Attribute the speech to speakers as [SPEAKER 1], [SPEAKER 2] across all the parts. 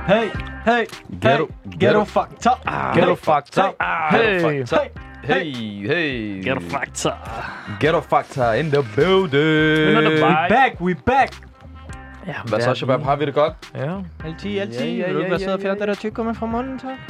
[SPEAKER 1] Hey, hey, ghetto fucked up.
[SPEAKER 2] Ghetto fucked up.
[SPEAKER 1] Hey,
[SPEAKER 2] Hey.
[SPEAKER 3] Ghetto factor.
[SPEAKER 2] Ghetto factor in the building.
[SPEAKER 1] we back.
[SPEAKER 3] Ja,
[SPEAKER 2] Hvad så, Shabab? Har vi det godt?
[SPEAKER 3] Ja.
[SPEAKER 1] Altid.
[SPEAKER 2] Ja,
[SPEAKER 1] Vil du ikke være sød og fjerne det der tykker med fra munden, tak?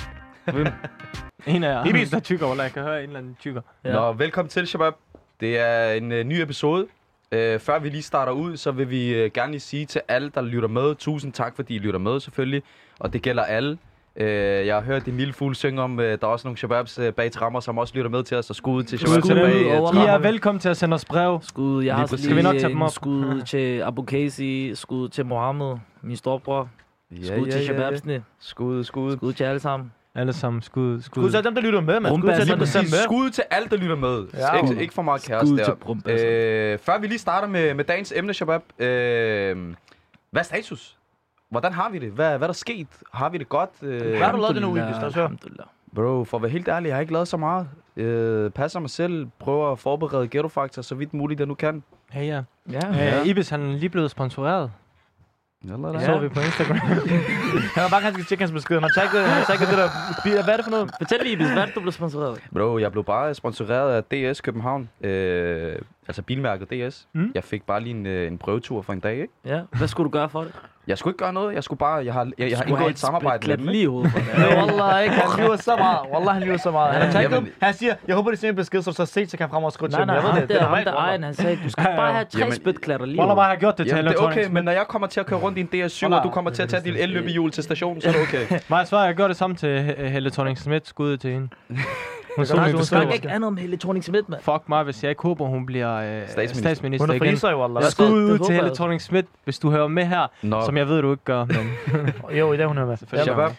[SPEAKER 1] En af jer, der tykker, eller jeg kan høre en eller anden tykker.
[SPEAKER 3] Ja.
[SPEAKER 2] Nå, velkommen til, Shabab. Det er en ny episode. Før vi lige starter ud, så vil vi gerne lige sige til alle, der lytter med. Tusind tak, fordi I lytter med, selvfølgelig. Og det gælder alle. Jeg har hørt din lille fugl synge om, der er også nogle Shababs bag trammer, som også lytter med til os. Så skud til Shababs
[SPEAKER 3] Skud
[SPEAKER 2] bag
[SPEAKER 3] over
[SPEAKER 2] trammer.
[SPEAKER 1] I er velkommen til at sende os brev.
[SPEAKER 3] Skud, jeg
[SPEAKER 2] Lige
[SPEAKER 3] har
[SPEAKER 2] præcis.
[SPEAKER 1] Skal vi nok tage dem
[SPEAKER 3] lige en
[SPEAKER 1] op?
[SPEAKER 3] skud til Abu Casey, skud til Mohammed, min storbror, skud til Shababsne, skud til alle sammen.
[SPEAKER 1] Alle sammen skud.
[SPEAKER 4] Skud til dem, der lytter med, man. Skud
[SPEAKER 3] Brumbas.
[SPEAKER 4] til dem, der ser
[SPEAKER 2] Præcis.
[SPEAKER 4] med.
[SPEAKER 2] Skud til alle, der lytter med.
[SPEAKER 4] Ja.
[SPEAKER 2] Ikke for meget kaos
[SPEAKER 3] Skud
[SPEAKER 2] der.
[SPEAKER 3] til Brumbas.
[SPEAKER 2] Før vi lige starter med dagens emne, Shabab. Hvad er status? Hvordan har vi det? Hvad er der sket? Har vi det godt?
[SPEAKER 4] Hvad har du lavet denne uge, hvis der så?
[SPEAKER 3] Alhamdulillah.
[SPEAKER 2] Bro, for at være helt ærlig, jeg har ikke lavet så meget. Passer mig selv. Prøver at forberede Ghetto Factor så vidt muligt, jeg nu kan.
[SPEAKER 1] Hey, ja.
[SPEAKER 3] Ja.
[SPEAKER 1] Ibis, han er lige blevet sponsoreret.
[SPEAKER 2] Eller
[SPEAKER 1] Så vi på Instagram.
[SPEAKER 4] Han var bange, han skal tjekke hans besked. Han tjekker det der bil. Hvad er det for noget?
[SPEAKER 3] Fortæl lige, hvad er det, du blev sponsoreret af?
[SPEAKER 2] Bro, jeg blev bare sponsoreret af DS København. Altså bilmærket DS.
[SPEAKER 1] Mm.
[SPEAKER 2] Jeg fik bare lige en prøvetur for en dag, ikke?
[SPEAKER 3] Ja, hvad skulle du gøre for det?
[SPEAKER 2] Jeg skulle ikke gøre noget. Jeg har indgået et samarbejde med dem,
[SPEAKER 3] lige i hovedet for det.
[SPEAKER 4] Wallah, ikke. Han lyver så meget. Wallah, han lyver så meget. Han har tjekket
[SPEAKER 2] Jamen-
[SPEAKER 4] dem. Han siger, jeg håber, det er en besked, så du så set, så kan han frem og skrive til
[SPEAKER 3] Nej,
[SPEAKER 4] dem.
[SPEAKER 3] nej,
[SPEAKER 4] Jeg ved
[SPEAKER 3] ham
[SPEAKER 4] det.
[SPEAKER 3] der ejeren, han sagde, du skal bare have 3
[SPEAKER 2] Jamen-
[SPEAKER 3] spytklatter lige i
[SPEAKER 1] Wallah,
[SPEAKER 3] hovedet.
[SPEAKER 1] bare har gjort det til
[SPEAKER 2] Jamen, det er
[SPEAKER 1] elektronisk.
[SPEAKER 2] okay, men når jeg kommer til at køre rundt i en DS7, og du kommer til at tage dit elløbehjul til stationen, så er det okay.
[SPEAKER 1] Nej, så jeg gjort det samme til Helle Thorning-Schmidt. Skud til hende. Hun så
[SPEAKER 3] Nej,
[SPEAKER 1] min
[SPEAKER 3] du
[SPEAKER 1] besked.
[SPEAKER 3] snakker ikke andet om Helle Thorning-Schmidt, mand.
[SPEAKER 1] Fuck mig, hvis jeg ikke håber, hun bliver statsminister
[SPEAKER 4] Hun er
[SPEAKER 1] igen.
[SPEAKER 4] friser jo, Wallah.
[SPEAKER 3] Ja.
[SPEAKER 1] Skud
[SPEAKER 3] Det
[SPEAKER 1] ud
[SPEAKER 3] håber
[SPEAKER 1] til Helle
[SPEAKER 3] jeg.
[SPEAKER 1] Thorning-Schmidt, hvis du hører med her,
[SPEAKER 2] Nå,
[SPEAKER 1] som jeg ved, du ikke gør. Men
[SPEAKER 4] Jo, i dag hun hører med.
[SPEAKER 2] Shabab,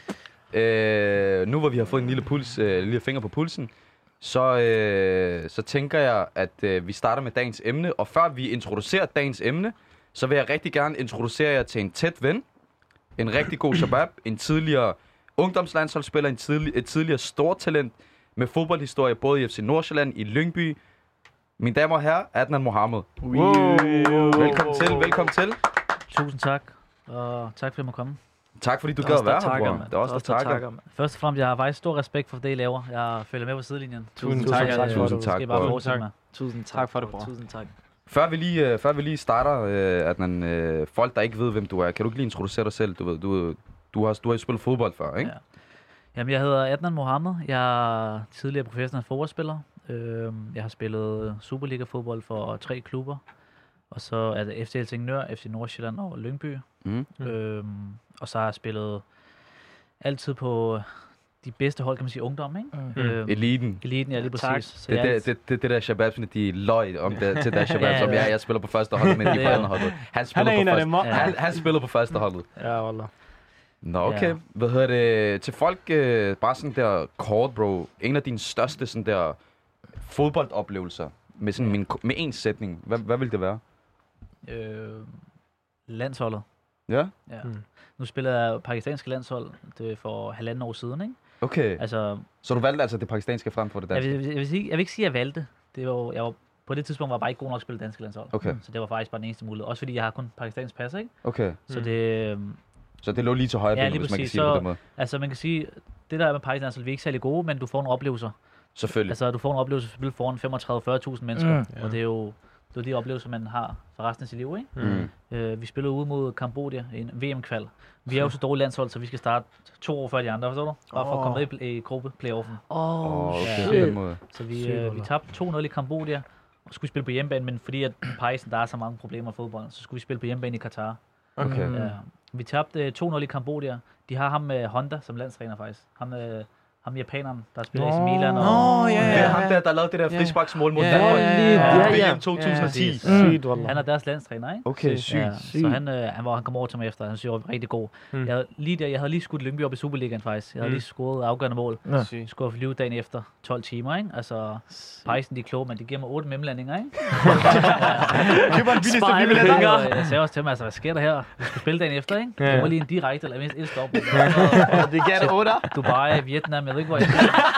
[SPEAKER 2] nu hvor vi har fået en lille lille finger på pulsen, så tænker jeg, at vi starter med dagens emne. Og før vi introducerer dagens emne, så vil jeg rigtig gerne introducere jer til en tæt ven. En rigtig god Shabab, en tidligere ungdomslandsholdsspiller, et tidligere stortalent med fodboldhistorie både i FC Nordsjælland, i Lyngby. Mine damer og herrer, Adnan Mohammed. Velkommen til.
[SPEAKER 3] Tusind tak, og tak fordi jeg må komme.
[SPEAKER 2] Tak fordi du gad at være her, bror. Det er også der takker.
[SPEAKER 3] mand. Først og fremmest, jeg har faktisk stor respekt for det, I laver. Jeg følger med på sidelinjen.
[SPEAKER 1] Tusind tak, Adnan.
[SPEAKER 2] Tusind tak,
[SPEAKER 3] Skal I bare
[SPEAKER 2] bror.
[SPEAKER 3] fortsætte med. Tusind
[SPEAKER 1] Tak for det, bror.
[SPEAKER 3] Tusind tak.
[SPEAKER 2] Før vi lige starter, Adnan, folk der ikke ved, hvem du er, kan du ikke lige introducere dig selv? Du har jo spillet fodbold før, ikke?
[SPEAKER 3] Ja. Jamen, jeg hedder Adnan Mohammed. Jeg er tidligere professionel fodboldspiller. Jeg har spillet Superliga-fodbold for 3 klubber. Og så er det FC Helsingør, FC Nordsjælland og Lyngby.
[SPEAKER 2] Mm.
[SPEAKER 3] Og så har jeg spillet altid på de bedste hold, kan man sige, ungdom, ikke?
[SPEAKER 2] Eliten.
[SPEAKER 3] Eliten, ja, lige
[SPEAKER 4] Tak.
[SPEAKER 3] præcis. Så
[SPEAKER 2] Det der Shabab, de løg om det, til der Shabab,
[SPEAKER 3] Ja,
[SPEAKER 2] som
[SPEAKER 3] ja.
[SPEAKER 2] jeg spiller på første hold, men de
[SPEAKER 3] Det
[SPEAKER 2] på
[SPEAKER 3] er
[SPEAKER 2] andet holdet. Han
[SPEAKER 1] han er en af dem.
[SPEAKER 2] Han spiller på første holdet.
[SPEAKER 4] Ja, Wallah.
[SPEAKER 2] Nå, okay.
[SPEAKER 3] Ja.
[SPEAKER 2] Hvad hedder det? Til folk, bare sådan der kort, bro. En af dine største sådan der fodboldoplevelser med sådan med en sætning. Hvad vil det være?
[SPEAKER 3] Landsholdet.
[SPEAKER 2] Ja?
[SPEAKER 3] Ja.
[SPEAKER 1] Mm.
[SPEAKER 3] Nu spiller jeg pakistanske landshold det er for 1,5 år siden, ikke?
[SPEAKER 2] Okay.
[SPEAKER 3] Altså,
[SPEAKER 2] Så du valgte altså det pakistanske frem for det
[SPEAKER 3] jeg
[SPEAKER 2] danske?
[SPEAKER 3] vil ikke sige, at jeg valgte. Jeg var, på det tidspunkt var jeg bare ikke god nok at spille danske landshold.
[SPEAKER 2] Okay.
[SPEAKER 3] Så det var faktisk bare den eneste mulighed. Også fordi jeg har kun pakistansk pas, ikke?
[SPEAKER 2] Okay.
[SPEAKER 3] Så det...
[SPEAKER 2] Så det lå lige til højre
[SPEAKER 3] Ja,
[SPEAKER 2] benet,
[SPEAKER 3] lige
[SPEAKER 2] hvis man kan
[SPEAKER 3] præcis.
[SPEAKER 2] sige det på den måde.
[SPEAKER 3] Altså, man kan sige, det der er med Pakistan, så vi er ikke særlig gode, men du får nogle oplevelser.
[SPEAKER 2] Selvfølgelig.
[SPEAKER 3] Altså, du får nogle oplevelser at spille foran 35-40.000 mennesker.
[SPEAKER 1] Ja.
[SPEAKER 3] Og det er jo de oplevelser, man har for resten af sit liv, ikke?
[SPEAKER 2] Mm.
[SPEAKER 3] Vi spillede ude mod Kambodja i en VM-kval. Vi er jo så dårlige landshold, så vi skal starte 2 år før de andre, forstår du? Bare for at komme med i gruppe-playoffen.
[SPEAKER 2] Okay, på
[SPEAKER 3] shit.
[SPEAKER 2] den måde.
[SPEAKER 3] Så vi tabte 2-0 i Kambodja, og skulle spille på hjemmebane, men fordi at Pakistan, der er så mange problemer i fodbold, så skulle vi spille på hjemmebane i Katar.
[SPEAKER 2] Okay.
[SPEAKER 3] Ja. Vi tabte 2-0 i Kambodja. De har ham med Honda som landstræner faktisk. Ham japaneren, der spiller i Milan. Og,
[SPEAKER 2] Det er ham der lavede det der frisparksmål mod
[SPEAKER 1] Ja,
[SPEAKER 2] Danmark.
[SPEAKER 3] ja.
[SPEAKER 2] VM 2010.
[SPEAKER 3] Præcis.
[SPEAKER 4] Sygt, Wallah.
[SPEAKER 3] Han er deres landstræner, ikke?
[SPEAKER 2] Okay, sygt.
[SPEAKER 3] Ja, så han kom over til mig efter. Han synes, jeg var rigtig god. Jeg havde lige skudt Lyngby op i Superligaen faktisk. Jeg havde lige scoret afgørende mål.
[SPEAKER 4] Ja.
[SPEAKER 3] Skulle flyve dagen efter 12 timer, ikke? Altså, Pejsen, de er kloge, men de giver mig 8 mellemlandinger, ikke?
[SPEAKER 4] Køber den billigste
[SPEAKER 3] Spejle
[SPEAKER 4] billetter.
[SPEAKER 3] fingre. Jeg sagde også til mig, altså, hvad sker der her? Vi skulle spille dagen efter, ikke? Det var lige en direkte, eller mindst et stop.
[SPEAKER 4] Det gav det 8.
[SPEAKER 3] Dubai, Vietnam, jeg ved ikke, hvor jeg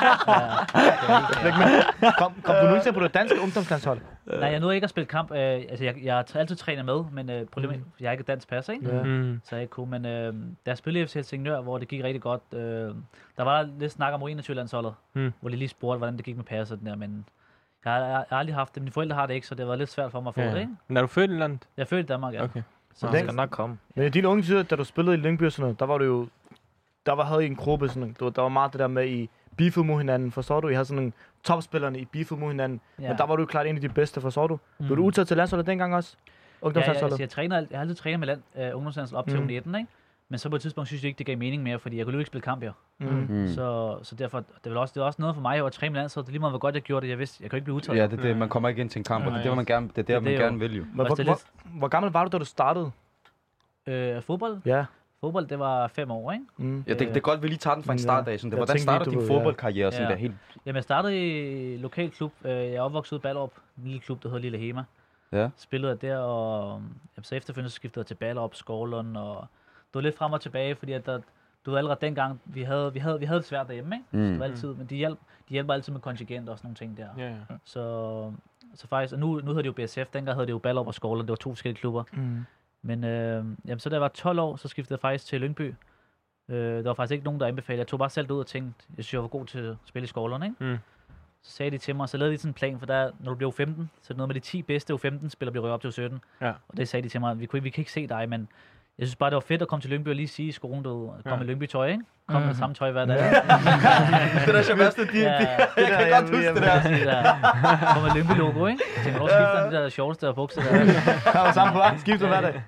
[SPEAKER 4] Kom du nogensinde på det danske ungdomslandshold?
[SPEAKER 3] Nej, jeg nåede ikke at spille kamp. Altså, jeg har altid trænet med, men problemet jeg er ikke dansk pas, ikke?
[SPEAKER 4] Ja.
[SPEAKER 3] Så jeg ikke kunne. Men da jeg spillede i FC Helsingør, hvor det gik rigtig godt, der var lidt snak om U21-landsholdet, hvor de lige spurgte, hvordan det gik med pas og den der, men jeg har aldrig haft det. Mine forældre har det ikke, så det var lidt svært for mig at få det, ikke?
[SPEAKER 1] Men er du født i landet?
[SPEAKER 3] Jeg er født i Danmark, ja.
[SPEAKER 1] Okay.
[SPEAKER 3] Så
[SPEAKER 4] det
[SPEAKER 5] skal nok komme.
[SPEAKER 4] Men i dine unge tider, da du spillede i Lyngby og sådan noget, der var du jo... havde I en gruppe sådan, der var meget det der med i beefet mod hinanden, forstår du? I havde sådan nogle topspillerne i beefet mod hinanden, men der var du klart en af de bedste, forstår du? Blev du udtaget til landsholdet dengang også?
[SPEAKER 3] Ungdomslandsholdet? Ja, jeg har altid trænet med ungdomslandsholdet op til U19, ikke? Men så på et tidspunkt synes jeg ikke, det gav mening mere, fordi jeg kunne jo ikke spille kamp her. Så derfor, det var også noget for mig at træne med landsholdet. Det lige meget, hvor godt jeg gjorde det. Jeg vidste, jeg kan ikke blive udtaget.
[SPEAKER 2] Ja, det er det. Man kommer ikke ind til en kamp, og det er det, man gerne vil jo.
[SPEAKER 4] Hvor gammel var du, da du startede?
[SPEAKER 3] Fodbold?
[SPEAKER 4] Ja.
[SPEAKER 3] Fodbold, det var 5 år, ikke?
[SPEAKER 2] Ja, det er godt, at vi lige tager den fra en startdag. Sådan. Hvordan starter din fodboldkarriere? Sådan der helt...
[SPEAKER 3] Jamen, jeg startede i lokal klub. Jeg er opvokset ud i Ballerup. En lille klub, der hedder Lille Hema.
[SPEAKER 2] Ja.
[SPEAKER 3] Spillede jeg der, og så efterfølgende skiftede jeg til Ballerup, Skovlund, og det var lidt frem og tilbage, fordi at du ved allerede dengang, vi havde det svært derhjemme, ikke? Så det var altid, men de hjælper altid med kontingent og sådan nogle ting der.
[SPEAKER 1] Ja.
[SPEAKER 3] Så faktisk, og nu hedder det jo BSF, dengang hed det jo Ballerup og Skovlund, det var 2 forskellige klubber. Men jamen, så da jeg var 12 år, så skiftede jeg faktisk til Lyngby. Der var faktisk ikke nogen, der anbefalede. Jeg tog bare selv ud og tænkte, jeg synes, jeg var god til at spille i Skovlund, ikke? Så sagde de til mig, så lavede de sådan en plan, for der, når du bliver U15, så er det noget med de 10 bedste U15-spillere bliver røget op til U17. Ja. Og det sagde de til mig, vi kan ikke se dig, men jeg synes bare, det var fedt at komme til Lyngby og lige sige i skolen, du kom med Lyngby-tøj, ikke? Kom med samme tøj hver dag.
[SPEAKER 2] Det der så værste, jeg kan godt huske det der.
[SPEAKER 3] Kom med Lyngby-logo, ikke? Jeg tænker, hvor skifter de der shorts der og bukser der?
[SPEAKER 4] Han var sammen på vej, skifter hver dag.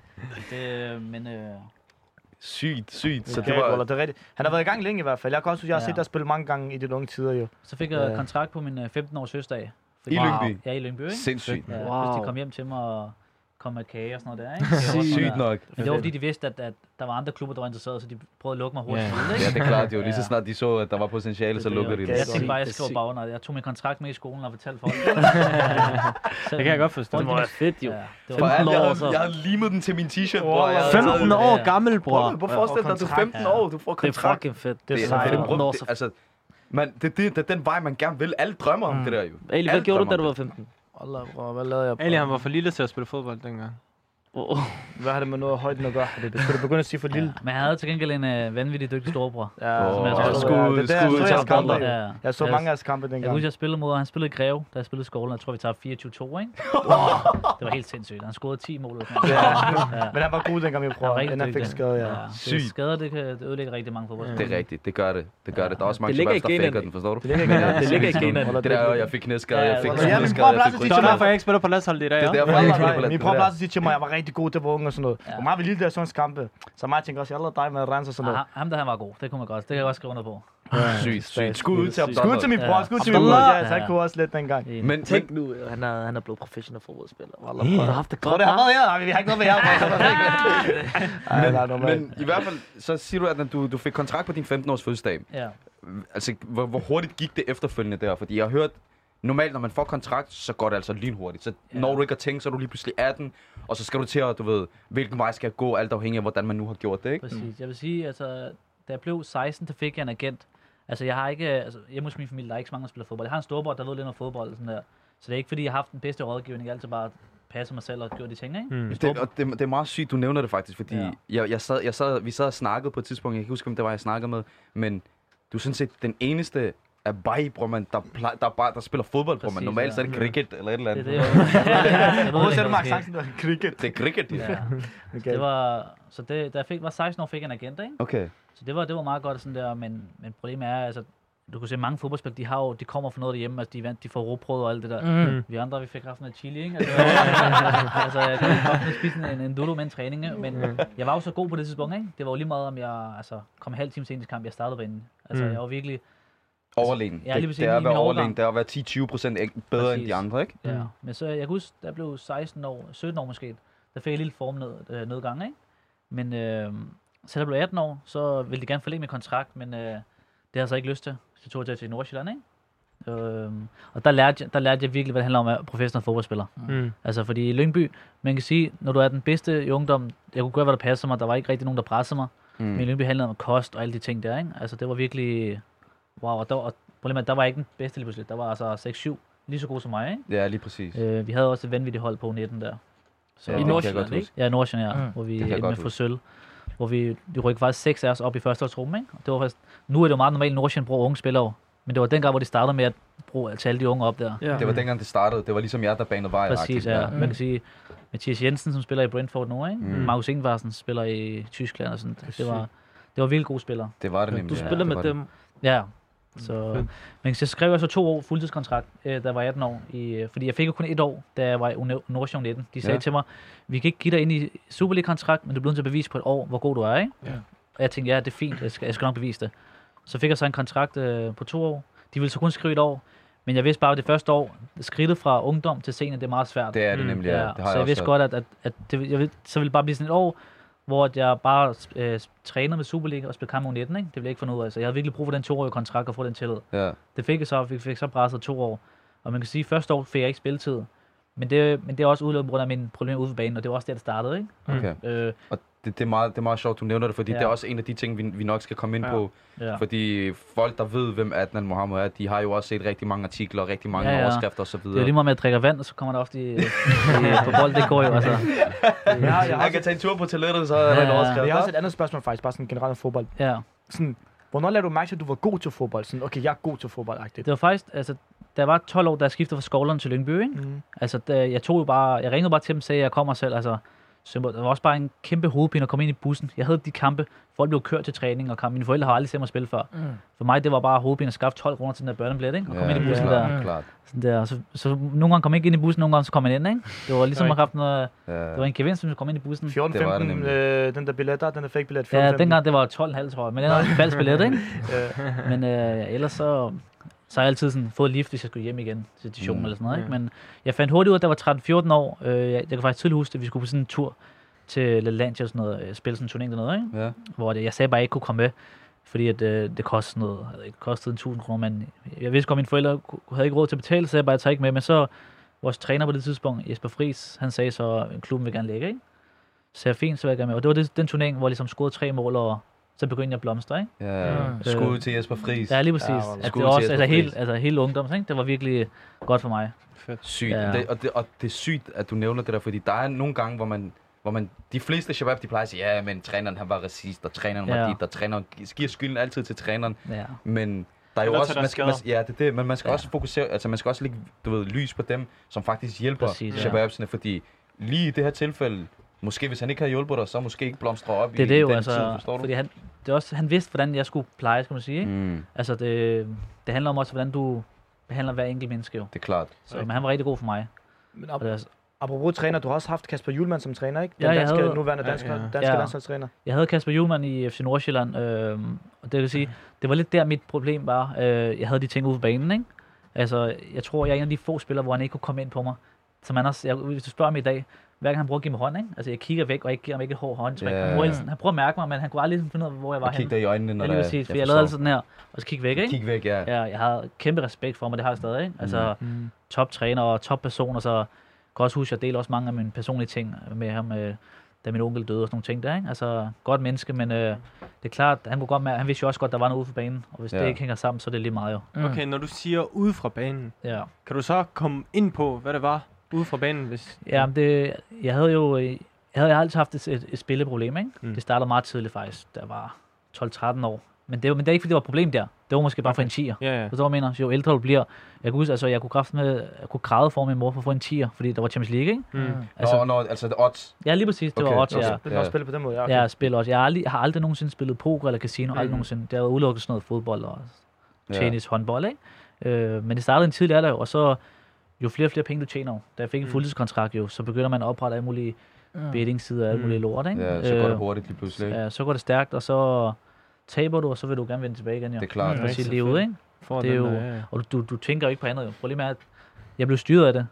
[SPEAKER 2] Sygt. Så
[SPEAKER 4] det var det er rigtigt. Han har været i gang længe i hvert fald. Jeg kan også jeg har set dig spille mange gange i de unge tider jo.
[SPEAKER 3] Så fik jeg kontrakt på min 15-års fødselsdag.
[SPEAKER 2] I Lyngby?
[SPEAKER 3] Ja, i Lyngby, ikke?
[SPEAKER 2] Sindssygt.
[SPEAKER 3] Ja, hvis de kom hjem til mig og kom med kage og sådan noget der, ikke?
[SPEAKER 2] Sygt nok.
[SPEAKER 3] Men det var fordi, de vidste, at der var andre klubber, der var interesserede, så de prøvede at lukke mig hurtigt.
[SPEAKER 2] Ja, det er klart. Det var lige så snart de så, at der var potentiale, så lukkede de det.
[SPEAKER 3] Jeg tænkte bare, at jeg skrev bare under. Jeg tog min kontrakt med i skolen og fortalte folk.
[SPEAKER 1] Det kan jeg godt forstå.
[SPEAKER 5] Det må være fedt, jo.
[SPEAKER 2] Ja, 15 år, så. Jeg havde limet den til min t-shirt, bror.
[SPEAKER 1] 15 år gammel, bror.
[SPEAKER 2] Prøv at forestille dig, du er 15 år, du får kontrakt.
[SPEAKER 5] Det er fucking fedt.
[SPEAKER 4] Det er
[SPEAKER 5] 15 år, så.
[SPEAKER 2] Altså, det er den vej, man gerne vil. Alle drømmer om det der, jo.
[SPEAKER 5] Ali, hvad gjorde du, da du var 15?
[SPEAKER 4] Allah, bror, hvad lavede jeg?
[SPEAKER 1] Ali, han var for lille til at spille fodbold dengang.
[SPEAKER 4] Hvad har det med noget højden at gøre? Det skulle du begynde at sige for lille.
[SPEAKER 3] Men jeg havde til gengæld en vanvittig dygtig storebror.
[SPEAKER 4] Jeg så mange af hans kampe dengang.
[SPEAKER 3] Jeg husker, jeg spillede mod, han spillede i Greve, da jeg spillede i skolen. Jeg tror, vi tabte 24-2, ikke? Det var helt sindssygt. Han scorede 10 mål.
[SPEAKER 4] Men han var god dengang, jeg prøvede. Han fik skade,
[SPEAKER 3] Sygt. Skader, det kan ødelægge rigtig mange fodboldspillere.
[SPEAKER 2] Det er rigtigt, det gør det. Der er også mange spillere, der faker den, forstår du?
[SPEAKER 5] Det ligger i generne.
[SPEAKER 2] Det der, jeg fik knæskade, jeg fik
[SPEAKER 1] skade. Det er derfor, jeg ikke spiller på landsholdet i dag.
[SPEAKER 2] Det er derfor, jeg ikke spiller på landsholdet.
[SPEAKER 4] Min bror plejer at sige til mig, at jeg var rigtig god til at vunge og sådan noget. Og meget vil lide der sådan en kampe. Så mig tænker også, jeg allerede dig med at rense og sådan noget.
[SPEAKER 3] Ham der, han var god. Det kunne man godt. Det kan jeg også skrive under på.
[SPEAKER 2] Sygt. Skud ud til Abdullah.
[SPEAKER 4] Skud til min bror, skud til min bror. Ja, så han kunne også lidt dengang.
[SPEAKER 2] Men
[SPEAKER 5] tænk nu, han er blevet professionel fodboldspiller. Du har haft det godt.
[SPEAKER 4] Det har været her. Nej, vi har ikke noget med her.
[SPEAKER 2] Men i hvert fald, så siger du, at du fik kontrakt på din 15-års fødselsdag.
[SPEAKER 3] Ja.
[SPEAKER 2] Altså, hvor hurtigt gik det efterfølgende der? Fordi jeg har hørt, normalt når man får kontrakt, så går det altså lynhurtigt. Så når du ikke har tænkt, så er du lige pludselig 18, og så skal du til at, du ved, hvilken vej skal jeg gå, alt afhængig af, hvordan man nu har gjort det, ikke?
[SPEAKER 3] Præcis. Jeg vil sige, altså, da jeg blev 16, der fik jeg en agent. Altså, jeg har ikke, hjemme hos min familie, der er ikke så mange, der spiller fodbold. Jeg har en storbror, der ved lidt om fodbold og sådan der. Så det er ikke, fordi jeg har haft den bedste rådgivning. Jeg altid bare passer mig selv og gjort de ting, ikke?
[SPEAKER 2] Det er meget sygt, du nævner det faktisk, fordi vi sad og snakkede på et tidspunkt, jeg kan huske, om det var, jeg snakkede med, men du er sådan set den eneste af bare, bror man, der spiller fodbold, bror man. Normalt så er det cricket eller et eller andet.
[SPEAKER 4] Hvor ser du Max Hansen, det cricket?
[SPEAKER 2] Det er cricket, ja.
[SPEAKER 3] Det var, så da jeg var 16 år, fik jeg en agent, ikke?
[SPEAKER 2] Okay.
[SPEAKER 3] Så det var meget godt sådan der, men problemet er, altså, du kan se mange fodboldspillere, de kommer fra noget derhjemme, altså de får råbrød og alt det der. Vi andre, vi fik haft noget chili, ikke? Altså jeg kunne godt spise en dodo med en træning, men jeg var jo så god på det tidspunkt, ikke? Det var jo lige meget, om jeg kom en halv time sent til kamp, jeg startede på inden. Altså jeg var virkelig
[SPEAKER 2] overlegen.
[SPEAKER 3] Ja,
[SPEAKER 2] det er at være overlegen, det er at være 10-20% bedre
[SPEAKER 3] præcis.
[SPEAKER 2] End de andre, ikke?
[SPEAKER 3] Ja, men så jeg kan huske, da jeg blev 16 år, 17 år måske, der fik jeg en lille formnedgang, ikke? Men så da jeg blev 18 år, så ville de gerne forlænge min kontrakt, men det har jeg så ikke lyst til. Så tog jeg til Nordsjælland, ikke? Og der lærte jeg virkelig, hvad det handler om at være professionel fodboldspiller. Altså, fordi i Lyngby, man kan sige, når du er den bedste i ungdom, jeg kunne gøre, hvad der passer mig, der var ikke rigtig nogen, der pressede mig. Men i Lyngby handlede om kost og alle de ting der, ikke? Altså, det var virkelig wow, og problemet der var ikke den bedste lige pludselig. Der var altså 6-7, lige så god som mig, ikke?
[SPEAKER 2] Ja, lige præcis.
[SPEAKER 3] Vi havde også et vanvittigt hold på 19 der. Så,
[SPEAKER 5] I Nordsjælland, ikke?
[SPEAKER 3] Ja, Nordsjælland, hvor vi endte med for sølv. Hvor vi rykkede faktisk 6 af os op i førsteholdsgruppen, ikke? Det var faktisk, nu er det jo meget normalt, at Nordsjælland bruger unge spillere. Men det var dengang, hvor de startede med at tage alle de unge op der.
[SPEAKER 2] Ja. Det var dengang, det startede. Det var ligesom jer, der banede vej.
[SPEAKER 3] Præcis, ja. Man kan sige, Mathias Jensen, som spiller i Brentford nu, ikke? Markus Ingvarsen spiller i Tyskland og sådan. Det var vildt gode spillere.
[SPEAKER 2] Det var det nemlig.
[SPEAKER 5] Du spiller med dem?
[SPEAKER 3] Ja. Så, men så skrev jeg så 2 år fuldtidskontrakt, da jeg var 18 år. Fordi jeg fik jo kun 1 år, da jeg var i Nordsjælland 19. De sagde til mig, vi kan ikke give dig ind i Superliga-kontrakt, men du bliver nødt til at bevise på 1 år, hvor god du er, ikke? Ja. Og jeg tænkte, ja, det er fint, jeg skal nok bevise det. Så fik jeg så en kontrakt på 2 år. De ville så kun skrive 1 år, men jeg vidste bare, at det første år, skridtet fra ungdom til senior, det er meget svært.
[SPEAKER 2] Det er det nemlig, ja. Det har
[SPEAKER 3] så jeg vidste godt, at så ville det bare blive sådan 1 år, hvor jeg bare trænede med Superliga og spillede kamp 19, ikke? Det ville jeg ikke finde ud af. Så jeg havde virkelig brug for den 2-årige kontrakt og få den tillid. Ja. Det fik jeg så, vi fik så presset 2 år. Og man kan sige, at første år fik jeg ikke spilletid. Men det er også udelukkende på grund af mine problemer ude for banen, og det var også der, det startede, ikke?
[SPEAKER 2] Okay. Og det er meget sjovt, du nævner det, fordi det er også en af de ting, vi nok skal komme ind på. Ja. Fordi folk, der ved, hvem Adnan Mohammed er, de har jo også set rigtig mange artikler, rigtig mange overskrifter og så videre.
[SPEAKER 3] Det er lige meget med at drikke vand, og så kommer der ofte på bold, det går jo, altså.
[SPEAKER 2] Jeg kan tage en tur på toilettet, så er der en overskrift.
[SPEAKER 4] Jeg har også et andet spørgsmål faktisk, bare sådan generelt om fodbold.
[SPEAKER 3] Ja.
[SPEAKER 4] Sådan, hvornår lavede du mærke til, at du var god til fodbold? Sådan, okay, jeg er god til fodbold-agtigt.
[SPEAKER 3] Det var faktisk, altså, der var 12 år, da jeg skiftede fra Skovlund til Lyngby, ikke? Altså, jeg ringede bare til dem og sagde, at jeg kommer selv, altså. Så der var også bare en kæmpe hovedpine at komme ind i bussen. Jeg havde de kampe, folk blev kørt til træning og kampe. Mine forældre har aldrig set mig spille før. For mig, det var bare hovedpine at skaffe 12 kroner til den der børnebillet, ikke? Og komme ind i bussen der. Sådan der. Så nogle gange kom jeg ikke ind i bussen, nogle gange så kom jeg ind, ikke? Det var ligesom at have noget. Det var en gevinst, hvis man kom ind i bussen.
[SPEAKER 4] 14-15, den der billet der, den er fake billet.
[SPEAKER 3] Ja, dengang det var 12,5, tror jeg. Men det var en falsk billet, ikke? Men ellers så har jeg altid sådan fået lift, hvis jeg skulle hjem igen til stationen eller sådan noget, ikke? Men jeg fandt hurtigt ud, at der var 13-14 år. Jeg kan faktisk tydeligt huske, at vi skulle på sådan en tur til Lalandia og sådan noget, spille sådan en turnering dernede, ikke? Ja. Hvor jeg sagde bare, at jeg ikke kunne komme med, fordi at, det kostede noget, det kostede 1.000 kroner, men jeg vidste godt, at mine forældre havde ikke råd til at betale, så jeg bare, tager ikke med, men så vores træner på det tidspunkt, Jesper Friis, han sagde så, at klubben vil gerne lægge, ikke? Så jeg fint, så vil jeg gerne med, og det var den turnering, hvor jeg ligesom scorede 3 mål, og så begyndte jeg at blomstre, ikke?
[SPEAKER 2] Ja, skud til Jesper Friis.
[SPEAKER 3] Ja, lige præcis. Ja, det var også hele ungdoms, ikke? Det var virkelig godt for mig.
[SPEAKER 2] Sygt. Ja. Og det er sygt, at du nævner det der, fordi der er nogle gange, hvor man de fleste shabab, de plejer at sige, ja, men træneren han var racist, og træneren var dit, og træneren giver skylden altid til træneren. Ja. Men der er jo også, men man skal også fokusere, altså man skal også lægge, lys på dem, som faktisk hjælper shababsene, fordi lige i det her tilfælde, måske hvis han ikke havde hjulpet dig, så måske ikke blomstrer op i den tid, forstår du?
[SPEAKER 3] Fordi han vidste, hvordan jeg skulle pleje, skal man sige, ikke? Altså det handler om også, hvordan du behandler hver enkelt menneske jo.
[SPEAKER 2] Det er klart.
[SPEAKER 3] Så men han var rigtig god for mig. Men
[SPEAKER 4] apropos træner, du har også haft Kasper Hjulmand som træner, ikke? Den nuværende danske landsholdstræner.
[SPEAKER 3] Jeg havde Kasper Hjulmand i FC Nordsjælland, og det vil sige, det var lidt der mit problem var. Jeg havde de ting ude på banen, ikke? Altså, jeg tror, jeg er en af de få spillere, hvor han ikke kunne komme ind på mig. Som hvis du spørger mig i dag, hver gang han prøver at give mig hånd, ikke? Altså, jeg kigger væk, og jeg giver ham ikke et hårdt håndtryk. Han prøver at mærke mig, men han kunne aldrig finde ud af, hvor jeg var henne.
[SPEAKER 2] Kig dig i øjnene, når
[SPEAKER 3] det er. Jeg lavede altid sådan her, og så kig væk, ikke?
[SPEAKER 2] Kig væk, ja.
[SPEAKER 3] Jeg havde kæmpe respekt for mig, det har jeg stadig, ikke? Altså, toptræner og topperson, og så kan også huske, at jeg deler også mange af mine personlige ting med ham, da min onkel døde og sådan nogle ting der, ikke? Altså, godt menneske, men det er klart, han vidste jo også godt, der var noget ude for banen, og hvis det ikke hænger sammen, så er det lige meget jo.
[SPEAKER 1] Okay, når du siger ude fra banen, kan du så komme ind på, hvad det var ude fra banen? Hvis
[SPEAKER 3] ja, jeg havde altid haft et spilleproblem, ikke? Det startede meget tidligt faktisk, da jeg var 12-13 år. Men det er ikke, fordi det var et problem der. Det var måske bare for en 10'er. Ja. Så jeg mener, jo ældre du bliver. Jeg kunne huske, altså, jeg kunne græde for min mor for at få en 10'er, fordi der var Champions League, ikke?
[SPEAKER 2] Altså det odds?
[SPEAKER 3] Ja, lige præcis. Det var odds, ja.
[SPEAKER 4] Det var spillet på den måde, ja.
[SPEAKER 3] Okay. Ja, spil odds. Jeg har aldrig nogensinde spillet poker eller casino, aldrig nogensinde. Det har udelukket sådan noget fodbold og tennis, håndbold, ikke? Men det startede en tidlig alder, og så jo flere og flere penge du tjener. Da jeg fik en fuldtidskontrakt jo, så begynder man at oprette alle mulige betting-sider og alle mulige lort, ikke?
[SPEAKER 2] Ja, så går det hurtigt lige pludselig.
[SPEAKER 3] Ja, så går det stærkt, og så taber du, og så vil du gerne vende tilbage igen, jo.
[SPEAKER 2] Det er klart.
[SPEAKER 3] For sit liv, ikke? Det er jo, og du tænker jo ikke på andet, jo. Problemet er, at jeg blev styret af det.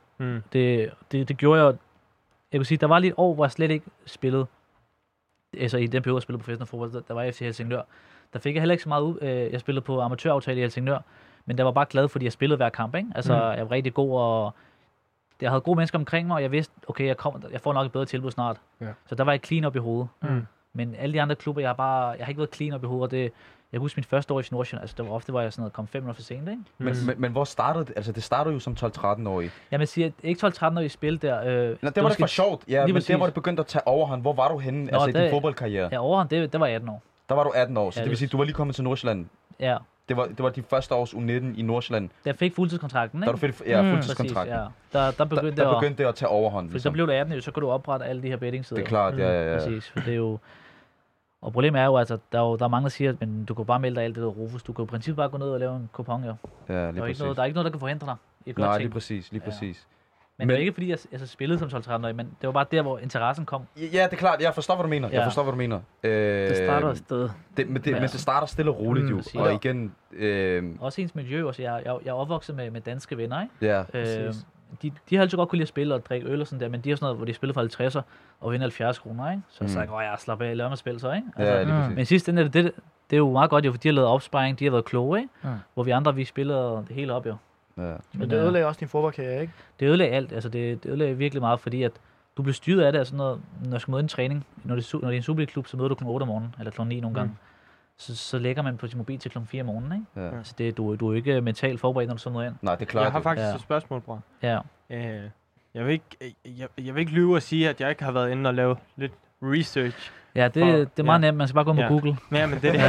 [SPEAKER 3] Det gjorde jeg kunne sige, der var lige et år, hvor jeg slet ikke spillede, altså i den periode, jeg spillede professionel fodbold, der var jeg FC Helsingør. Der fik jeg heller ikke så meget ud. Jeg spillede på amatøraftale i Helsingør, men jeg var bare glad, fordi jeg spillede hver kamp, ikke? Altså, jeg var rigtig god, og jeg havde gode mennesker omkring mig, og jeg vidste, okay, jeg får nok et bedre tilbud snart. Ja. Så der var jeg clean op i hovedet. Men alle de andre klubber, jeg har ikke været clean op i hovedet, og Jeg husker mit første år i Nordsjælland, altså det var ofte, var jeg sådan noget, kom 5 minutter for sent, ikke?
[SPEAKER 2] Men hvor startede det? Altså det startede jo som 12-13-årig.
[SPEAKER 3] Jamen jeg siger, ikke 12-13-årige spil der.
[SPEAKER 2] Nå, det var det for sjovt. Ja, men der hvor det begyndte at tage overhånd. Hvor var du henne i din fodboldkarriere?
[SPEAKER 3] Ja, overhånd, det var 18 år.
[SPEAKER 2] Der var du 18 år, så det vil sige, du var lige kommet til Nordsjælland.
[SPEAKER 3] Ja.
[SPEAKER 2] Det var de første års U19 i Nordsjælland.
[SPEAKER 3] Der fik fuldtidskontrakten, ikke?
[SPEAKER 2] Der du fik fuldtidskontrakt.
[SPEAKER 3] Præcis, ja. Der
[SPEAKER 2] begyndte det at tage overhånd.
[SPEAKER 3] For så blev det 18 år, så kunne du oprette alle de her bettingsider.
[SPEAKER 2] Det er klart, ja.
[SPEAKER 3] Præcis, for det er jo... Og problemet er jo, altså, der er mange, der siger, at du kan bare melde dig alt det der Rufus. Du kan i princippet bare gå ned og lave en kupon, jo.
[SPEAKER 2] Ja, lige præcis.
[SPEAKER 3] Der er ikke noget, der kan forhindre dig i at gøre
[SPEAKER 2] Nej,
[SPEAKER 3] ting.
[SPEAKER 2] lige præcis.
[SPEAKER 3] Men det var ikke fordi, jeg spillede som 12-13-årig, men det var bare der, hvor interessen kom.
[SPEAKER 2] Ja, det er klart. Jeg forstår, hvad du mener.
[SPEAKER 5] Det starter et sted.
[SPEAKER 2] Men det starter stille og roligt, jo. Og igen...
[SPEAKER 3] Også ens miljø. Også. Jeg er opvokset med danske venner, ikke?
[SPEAKER 2] Ja,
[SPEAKER 3] de har altid godt kunne lide at spille og drikke øl og sådan der, men de har sådan noget, hvor de spiller for 50'er og vinder 70 kroner, ikke? Så jeg sagde, jeg slapper af, lad mig spille så, ikke? Altså, men sidst ende det er jo meget godt, jo, for de har lavet opsparing, de har været kloge, ikke? Hvor vi andre, vi spiller det hele op, jo.
[SPEAKER 2] Ja.
[SPEAKER 4] Men det ødelagde også din fodboldkarriere, ikke?
[SPEAKER 3] Det ødelagde alt, altså det ødelagde virkelig meget, fordi at du bliver styret af det, altså når du skal møde en træning, når det er en Superliga-klub, så møder du kl. 8 om morgenen, eller kl. 9 nogle gange. Så lægger man på sin mobil til kl. 4 om morgenen, ikke?
[SPEAKER 2] Ja.
[SPEAKER 3] Så du er ikke mentalt forberedt, når du sådan noget ind.
[SPEAKER 2] Nej, det er klart.
[SPEAKER 1] Jeg har faktisk et spørgsmål, bror.
[SPEAKER 3] Ja.
[SPEAKER 1] Jeg vil ikke lyve og sige, at jeg ikke har været inde og lave lidt research.
[SPEAKER 3] Ja, det er meget nemt. Man skal bare gå med Google.
[SPEAKER 1] Ja, men det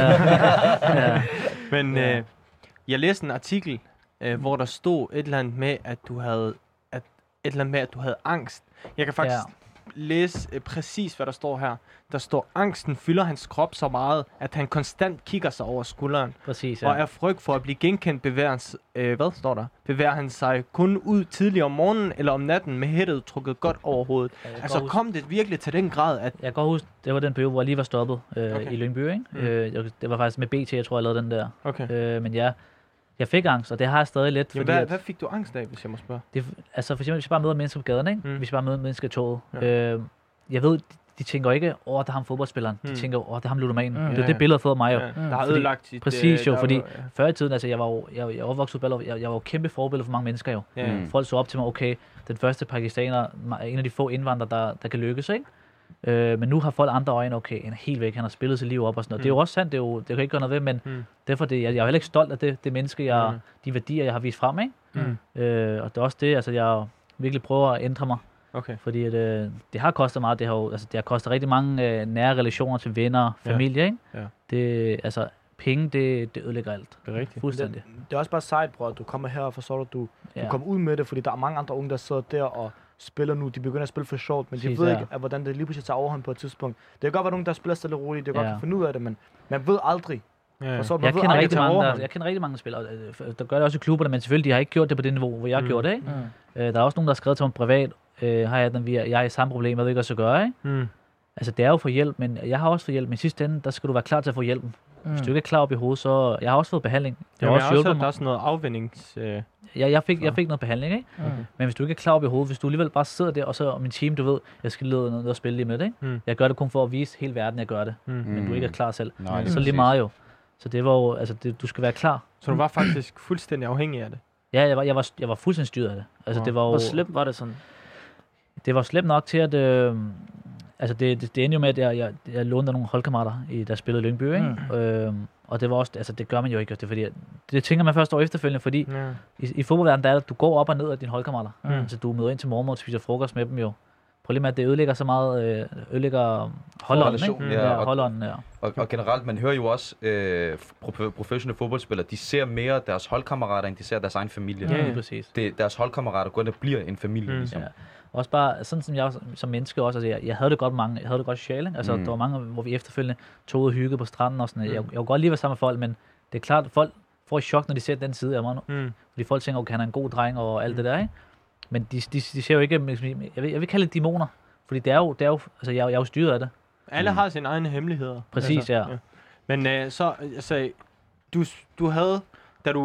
[SPEAKER 1] Men jeg læste en artikel, hvor der stod et eller andet med, at du havde angst. Jeg kan faktisk læse præcis, hvad der står her. Der står, angsten fylder hans krop så meget, at han konstant kigger sig over skulderen.
[SPEAKER 3] Præcis, ja.
[SPEAKER 1] Og er frygt for at blive genkendt, bevæger han sig kun ud tidligere om morgenen eller om natten med hættet trukket godt over hovedet. Altså kom det virkelig til den grad, at...
[SPEAKER 3] Jeg kan godt huske, det var den periode, hvor jeg lige var stoppet i Lyngby, ikke? Det var faktisk med BT, jeg tror, jeg lavede den der.
[SPEAKER 1] Okay.
[SPEAKER 3] Men jeg fik angst, og det har jeg stadig lidt.
[SPEAKER 1] Jamen,
[SPEAKER 3] fordi
[SPEAKER 1] hvad fik du angst af, hvis jeg må spørge?
[SPEAKER 3] Altså for eksempel, hvis jeg bare møder mennesker på gaden, ikke? Hvis jeg bare møder mennesker i toget.
[SPEAKER 1] Ja.
[SPEAKER 3] Jeg ved, de tænker ikke, der er ham fodboldspilleren. De tænker, der er ham ludomanen. Det er det billede, for mig jo.
[SPEAKER 1] Der har ødelagt sit...
[SPEAKER 3] Præcis jo, fordi før i tiden, altså jeg var vokset op, jeg var jo kæmpe forbillede for mange mennesker jo. Folk så op til mig, okay, den første pakistaner, en af de få indvandrere, der kan lykkes, ikke? Men nu har folk andre øjne, okay, han er helt væk, han har spillet sit liv op og sådan noget. Det er jo også sandt, det kan ikke gøre noget ved, men derfor jeg er heller ikke stolt af det menneske, de værdier, jeg har vist frem, ikke? Og det er også det, altså jeg virkelig prøver at ændre mig.
[SPEAKER 1] Okay. Fordi
[SPEAKER 3] det har kostet meget, det har kostet rigtig mange nære relationer til venner, familie, ikke?
[SPEAKER 1] Ja.
[SPEAKER 3] Det, penge, det ødelægger alt.
[SPEAKER 1] Det er rigtigt.
[SPEAKER 3] Fuldstændig.
[SPEAKER 4] Det er også bare sejt, bror, at du kommer her og forstår, at du kommer ud med det, fordi der er mange andre unge, der sidder der og spiller nu. De begynder at spille for sjovt, men de ved ikke, hvordan det lige pludselig tager overhånd på et tidspunkt. Det kan godt være nogen, der spiller stille roligt, det kan godt finde ud af det, men man ved aldrig.
[SPEAKER 3] Jeg kender rigtig mange spillere, der gør det også i klubberne, men selvfølgelig, de har ikke gjort det på det niveau, hvor jeg gjorde det, ikke? Der er også nogen, der har skrevet til mig privat, jeg er i samme problem, jeg ved ikke, hvad jeg skal gøre, ikke? Altså, det er jo for hjælp, men jeg har også fået hjælp, men i sidste ende, der skal du være klar til at få hjælpen. Hvis du ikke er klar op i hovedet, så... Jeg har også fået behandling.
[SPEAKER 1] Jeg har også hjulpet mig. Der er sådan noget afvindings...
[SPEAKER 3] Jeg fik noget behandling, ikke? Okay. Men hvis du ikke er klar op i hovedet, hvis du alligevel bare sidder der, og så min team, du ved, jeg skal lide noget at spille lige med det, ikke? Jeg gør det kun for at vise hele verden, jeg gør det. Men du ikke er klar selv.
[SPEAKER 2] Nej,
[SPEAKER 3] så lige meget jo. Så det var jo... Altså, du skal være klar.
[SPEAKER 1] Så du var faktisk fuldstændig afhængig af det?
[SPEAKER 3] Ja, jeg var fuldstændig styret af det. Altså, det var jo...
[SPEAKER 5] Hvor slemt var det sådan?
[SPEAKER 3] Det var slemt nok til, at... Altså, det endte jo med, at jeg lånte nogle holdkammerater, der spillede i Lyngby, ikke? Og det var også, altså det gør man jo ikke, det er fordi, det tænker man først over efterfølgende, fordi i fodboldverdenen, der er det, du går op og ned af dine holdkammerater. Altså du møder ind til morgenmad og spiser frokost med dem jo. Problemet er, at det ødelægger så meget, ødelægger holdånden, ikke? Holdånden,
[SPEAKER 2] og generelt, man hører jo også, professionelle fodboldspillere, de ser mere deres holdkammerater, end de ser deres egen familie.
[SPEAKER 3] Ja, præcis.
[SPEAKER 2] Deres holdkammerater går ind og bliver en familie, ligesom.
[SPEAKER 3] Ja. Også bare, sådan som jeg som menneske også, altså jeg havde det godt jeg havde det godt socialt, ikke? Altså der var mange, hvor vi efterfølgende tog ud og hyggede på stranden og sådan. Jeg kunne godt lide at være sammen med folk, men det er klart, at folk får et chok, når de ser den side af mig nu. Fordi folk tænker, okay, han er en god dreng og alt det der, ikke? Men de ser jo ikke, jeg vil kalde det dæmoner, fordi det er jo altså jeg er jo styret af det.
[SPEAKER 1] Alle har sine egne hemmeligheder.
[SPEAKER 3] Præcis,
[SPEAKER 1] altså, ja. Men så, altså, du havde, da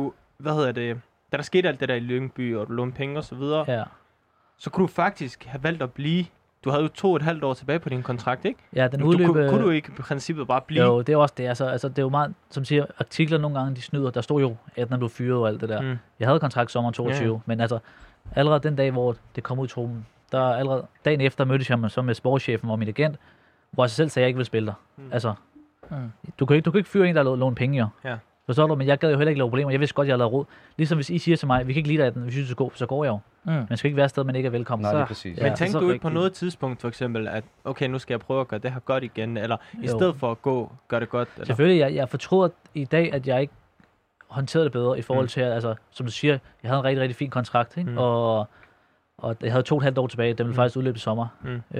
[SPEAKER 1] der skete alt det der i Lyngby, og du lånte penge og så videre, så kunne du faktisk have valgt at blive. Du havde jo 2,5 år tilbage på din kontrakt, ikke?
[SPEAKER 3] Ja, den udløb...
[SPEAKER 1] Kunne du ikke i princippet bare blive?
[SPEAKER 3] Jo, det er også det. Altså det er jo meget, som siger, artikler nogle gange, de snyder. Der stod jo, at den blev fyret og alt det der. Jeg havde kontrakt sommeren 22, men altså, allerede den dag, hvor det kom ud i truppen, der allerede dagen efter mødtes jeg så med sportschefen og min agent, hvor jeg selv sagde, at jeg ikke ville spille der. Altså, Du kan ikke fyre en, der har lånt penge, jo.
[SPEAKER 1] Ja.
[SPEAKER 3] Forstår du? Men jeg gad jo heller ikke lave problemer. Jeg vidste godt, jeg har lavet råd. Ligesom hvis I siger til mig, vi kan ikke lide dig, hvis I synes, så går jeg jo. Man skal ikke være et sted, man ikke er velkommen.
[SPEAKER 2] Nej, det er præcis.
[SPEAKER 1] Men tænkte du ikke på noget tidspunkt, for eksempel, at okay, nu skal jeg prøve at gøre det her godt igen, eller i stedet for at gøre det godt? Eller?
[SPEAKER 3] Selvfølgelig, jeg fortryder i dag, at jeg ikke håndterede det bedre i forhold til, altså, som du siger, jeg havde en rigtig, rigtig fin kontrakt, ikke? Og jeg havde 2,5 år tilbage, den ville faktisk udløbe i sommer.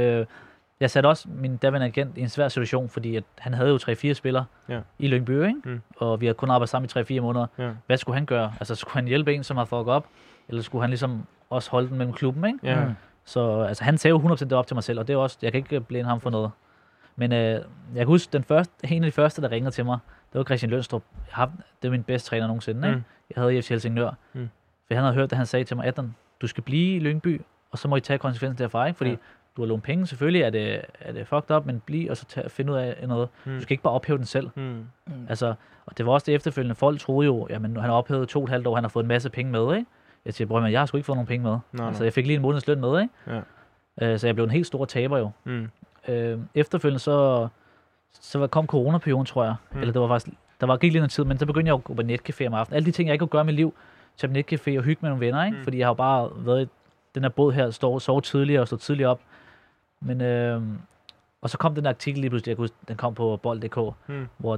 [SPEAKER 3] Jeg satte også min daværende agent i en svær situation, fordi at han havde jo 3-4 spillere i Lyngby, ikke? Og vi havde kun arbejdet sammen i 3-4 måneder. Hvad skulle han gøre? Altså, skulle han hjælpe en, som har fucket op? Eller skulle han ligesom også holde den mellem klubben, ikke? Så altså, han sagde jo 100% det op til mig selv, og det er også, jeg kan ikke blinde ham for noget. Men jeg kan huske, en af de første, der ringede til mig, det var Christian Lønstrup. Det var min bedste træner nogensinde, ikke? Jeg havde i FC Helsingør. For han havde hørt, at han sagde til mig, Adnan, du skal blive i Lyngby, og så må I tage konsekvensen derfra, ikke? Fordi du har lånt penge, selvfølgelig er det fucked up, men bliv og så finde ud af noget. Du skal ikke bare ophæve den selv. Altså, og det var også det efterfølgende. Folk troede jo, jamen han har ophævet 2,5 år, han har fået en masse penge med, ikke? Jeg siger, bror, men jeg har sgu ikke fået nogen penge med. Altså, jeg fik lige en måneds løn med, ikke? Så jeg blev en helt stor taber jo. Efterfølgende så kom coronaperioden, tror jeg. Eller det var faktisk, gik lige noget tid, men så begyndte jeg at gå på netcafé om aftenen. Alle de ting, jeg ikke kunne gøre i mit liv, tage på netcafé og hygge med nogle venner, ikke? Fordi jeg har jo bare været i den her båd her, sove tidligere og stå tidligere op. Men, og så kom den artikel lige pludselig, jeg kunne huske, den kom på bold.dk, hvor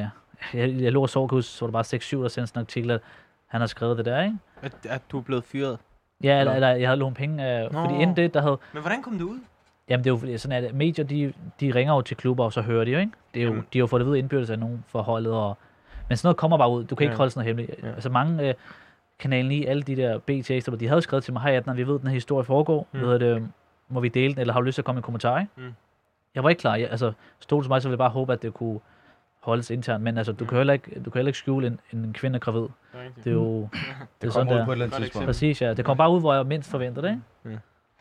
[SPEAKER 3] jeg lå og sov, så var det bare 6-7, der sendte sådan en artikel, at han har skrevet det der, ikke?
[SPEAKER 1] At du er blevet fyret?
[SPEAKER 3] Ja, eller jeg havde lånt penge, fordi inden det, der havde...
[SPEAKER 1] Men hvordan kom det ud?
[SPEAKER 3] Jamen, det er jo sådan, at medier, de ringer jo til klubber, og så hører de jo, ikke? Det er jo, de har jo fået det ved indbyrdes af nogen for holdet, og... Men sådan noget kommer bare ud. Du kan ikke holde sådan noget hemmeligt. Altså mange kanalen i, alle de der BT-ekster, de havde skrevet til mig, hej Adnan, vi ved, den her historie foregår. Må vi dele den, eller har du lyst til at komme med en kommentar, ikke? Jeg var ikke klar. Stod til mig, så ville jeg bare håbe, at det kunne holdes internt. Men altså, du kan heller ikke skjule en kvinde gravid. Det er jo...
[SPEAKER 2] det er sådan der. På et eller andet tidspunkt.
[SPEAKER 3] Præcis, ja. Det kom bare ud, hvor jeg mindst forventer det, ikke?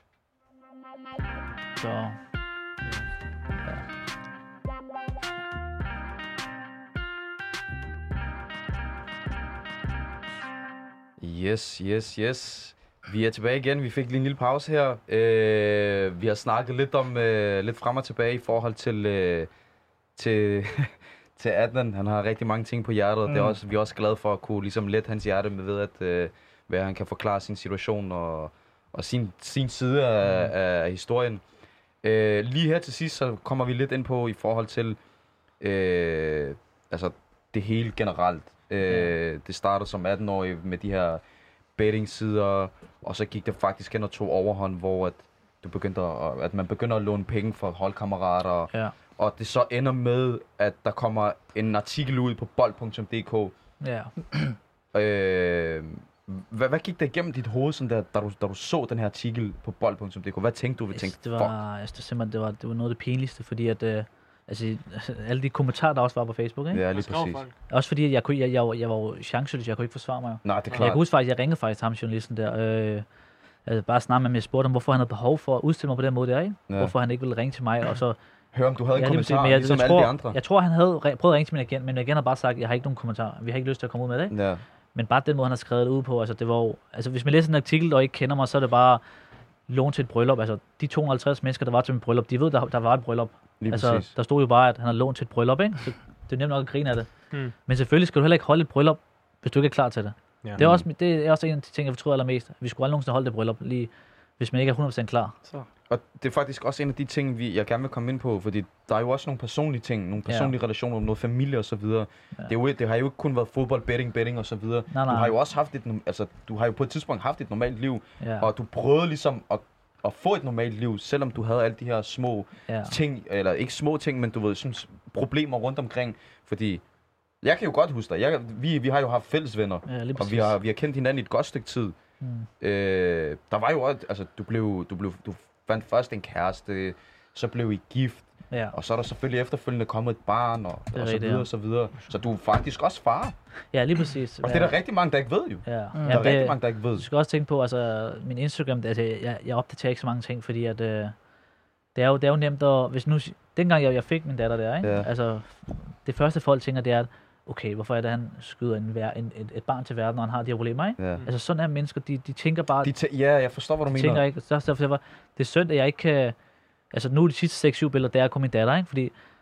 [SPEAKER 3] Så...
[SPEAKER 2] Yes. Vi er tilbage igen. Vi fik lige en lille pause her. Vi har snakket lidt om lidt frem og tilbage i forhold til Adnan. Han har rigtig mange ting på hjertet. Det er også, vi er også glade for at kunne ligesom lette hans hjerte med ved, at hvad han kan forklare sin situation og sin side af historien. Lige her til sidst, så kommer vi lidt ind på i forhold til altså det hele generelt. Det startede som 18-årig med de her betting-sider, og så gik det faktisk hen og tog overhånd, hvor at man begynder at låne penge for holdkammerater, og det så ender med, at der kommer en artikel ud på bold.dk. Ja. Hvad gik der igennem dit hoved, sådan der, da du så den her artikel på bold.dk? Hvad tænkte du?
[SPEAKER 3] Det var noget af det pinligste, fordi at alle de kommentarer, der også var på Facebook, ikke?
[SPEAKER 2] Ja, lige præcis.
[SPEAKER 3] Også fordi jeg var jo chanceløs, jeg kunne ikke forsvare mig.
[SPEAKER 2] Nej, det er klart.
[SPEAKER 3] Jeg kan huske faktisk, jeg ringede faktisk til ham, journalisten der. Bare snakke med mig, jeg spurgte ham, hvorfor han havde behov for at udstille mig på den måde der, ikke? Ja. Hvorfor han ikke ville ringe til mig, og så...
[SPEAKER 2] Hør om du havde en kommentar, ligesom alle de andre.
[SPEAKER 3] Jeg tror, han havde prøvet at ringe til min agent, men agent har bare sagt, jeg har ikke nogen kommentar. Vi har ikke lyst til at komme ud med det, ikke? Ja. Men bare den måde, han har skrevet det ud på, altså det var jo... Altså hvis man læser en artikel, og ikke kender mig, så er det bare lån til et bryllup. Altså de 250 mennesker, der var til mit bryllup, de ved, der var et bryllup. Altså, der stod jo bare, at han har lånt til et bryllup, ikke? Så det er nemt nok at grine af det. Men selvfølgelig skal du heller ikke holde et bryllup, hvis du ikke er klar til det. Ja. Det er også en af de ting, jeg fortryder allermest. Vi skulle aldrig nogensinde holde det bryllup, lige hvis man ikke er 100% klar. Så.
[SPEAKER 2] Og det er faktisk også en af de ting, jeg gerne vil komme ind på, fordi der er jo også nogle personlige ting, nogle personlige relationer, noget familie og så videre. Ja. Det har jo ikke kun været fodbold, betting og så videre. Nej. Du har jo også haft du har jo på et tidspunkt haft et normalt liv, og du prøvede ligesom at få et normalt liv, selvom du havde alle de her små ting, eller ikke små ting, men du ved, sådan problemer rundt omkring, fordi jeg kan jo godt huske dig. Vi har jo haft fælles venner, og vi har kendt hinanden i et godt stykke tid. Der var jo også, altså du fandt først en kæreste, så blev I gift, og så er der selvfølgelig efterfølgende kommet et barn, og så videre, og så videre. Så du er faktisk også far.
[SPEAKER 3] Ja, lige præcis.
[SPEAKER 2] Og det er der rigtig mange, der ikke ved jo. Ja. Der er rigtig mange, der ikke ved.
[SPEAKER 3] Du skal også tænke på, altså min Instagram, altså jeg opdaterer ikke så mange ting, fordi at det er jo nemt at, hvis nu, dengang jeg fik min datter der, ikke? Ja. Altså det første folk tænker, det er, okay, hvorfor er det, han skyder et barn til verden, når han har de her problemer, ikke? Ja. Altså sådan er mennesker, de tænker bare...
[SPEAKER 2] jeg forstår, hvad du mener.
[SPEAKER 3] Ikke, det er synd, at jeg ikke kan... Altså nu de sidste 6-7 billeder, der er kun min datter, ikke? Fordi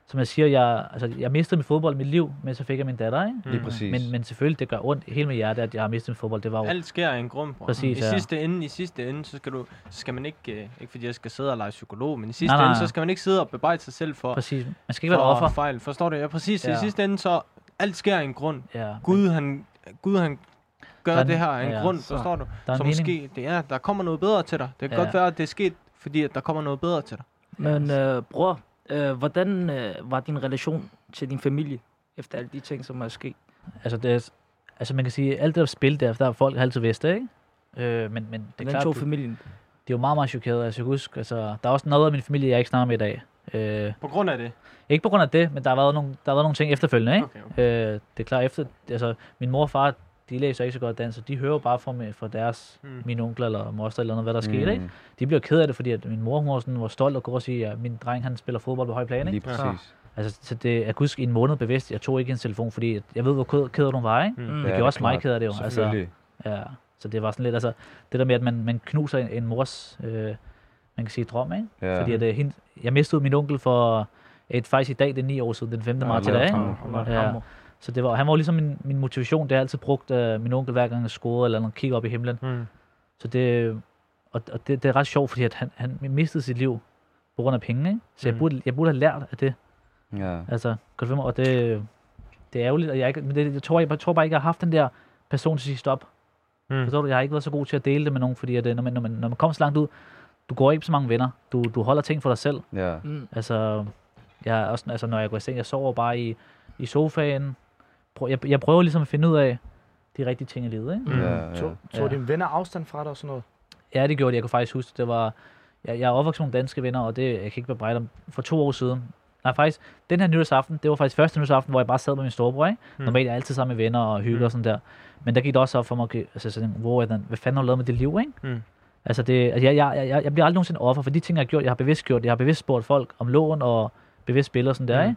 [SPEAKER 3] som jeg siger, jeg mistede min fodbold i mit liv, men så fik jeg min datter, ikke?
[SPEAKER 2] Lige præcis.
[SPEAKER 3] Men selvfølgelig, det gør ondt hele med hjertet, at jeg har mistet min fodbold. Det var jo...
[SPEAKER 1] Alt sker af en grund, bror.
[SPEAKER 3] Præcis,
[SPEAKER 1] I sidste ende, så skal man ikke fordi jeg skal sidde og lege psykolog, men i sidste ende, så skal man ikke sidde og bebrejde sig selv for...
[SPEAKER 3] Præcis. Man skal ikke være et offer.
[SPEAKER 1] Fejl. Forstår du? Ja, præcis. I sidste ende, så alt sker af en grund.
[SPEAKER 3] Ja.
[SPEAKER 1] Gud, han gør det her af en grund, forstår du? Så måske, der kommer noget bedre til dig. Det kan godt være, at det er sket, fordi at der kommer noget bedre til dig.
[SPEAKER 5] Men bror, hvordan var din relation til din familie, efter alle de ting, som er sket?
[SPEAKER 3] Altså man kan sige, alt det der spil der er folk altid vidst, ikke? Men det er klart,
[SPEAKER 5] familien?
[SPEAKER 3] De er jo meget, meget chokeret. Altså, jeg kan huske, der er også noget af min familie, jeg ikke snakker med i dag.
[SPEAKER 1] På grund af det?
[SPEAKER 3] Ikke på grund af det, men der har været nogle ting efterfølgende, ikke?
[SPEAKER 1] Okay.
[SPEAKER 3] Det er klart min mor og far, de læser ikke så godt dansk, så de hører bare fra deres, min onkel eller moster eller noget, hvad der skete, ikke? De bliver ked af det, fordi at min mor, hun var stolt og kunne sige, at min dreng, han spiller fodbold på høj plan, ikke?
[SPEAKER 2] Lige præcis.
[SPEAKER 3] Altså, så det, jeg kunne huske en måned bevidst, jeg tog ikke hendes telefon, fordi jeg ved, hvor ked hun var, ikke? Det gjorde også mig ked af det jo. Altså, så det var sådan lidt, det der med, at man knuser en mors, man kan sige, drøm, ikke?
[SPEAKER 2] Ja.
[SPEAKER 3] Fordi at, jeg mistede min onkel for, faktisk i dag, det er 9 år siden, den 5. marts i dag, ikke? Så han var ligesom min motivation, det har jeg altid brugt min onkel hver gang jeg scorede, eller når han kigger op i himlen. Så det er ret sjovt, fordi at han mistede sit liv på grund af penge, ikke? Så jeg burde have lært af det.
[SPEAKER 2] Ja.
[SPEAKER 3] Altså, og det er ærgerligt, og jeg tror bare ikke, jeg har haft den der person til at sige stop. Forstår du? Jeg har ikke været så god til at dele det med nogen, fordi at, når man kommer så langt ud, du går ikke på så mange venner. Du holder ting for dig selv.
[SPEAKER 2] Ja.
[SPEAKER 3] Altså, jeg er også, når jeg går i seng, jeg sover bare i sofaen. Jeg prøver ligesom at finde ud af de rigtige ting i livet, ikke?
[SPEAKER 4] Tog dine venner afstand fra dig og sådan noget?
[SPEAKER 3] Ja, det gjorde de. Jeg kunne faktisk huske, det var... Jeg er opvokset med nogle danske venner, og det jeg kan ikke bebrejde om. For 2 år siden. Nej, faktisk, den her nytårsaften, det var faktisk første nytårsaften, hvor jeg bare sad med min storebror, ikke? Normalt er jeg altid sammen med venner og hygge og sådan der. Men der gik det også op for mig, hvad fanden har du lavet med det liv, ikke? Altså, jeg bliver aldrig nogensinde offer for de ting, jeg har gjort. Jeg har bevidst gjort. Jeg har bevidst spurgt folk om lån og bevidst spil og sådan der, ikke?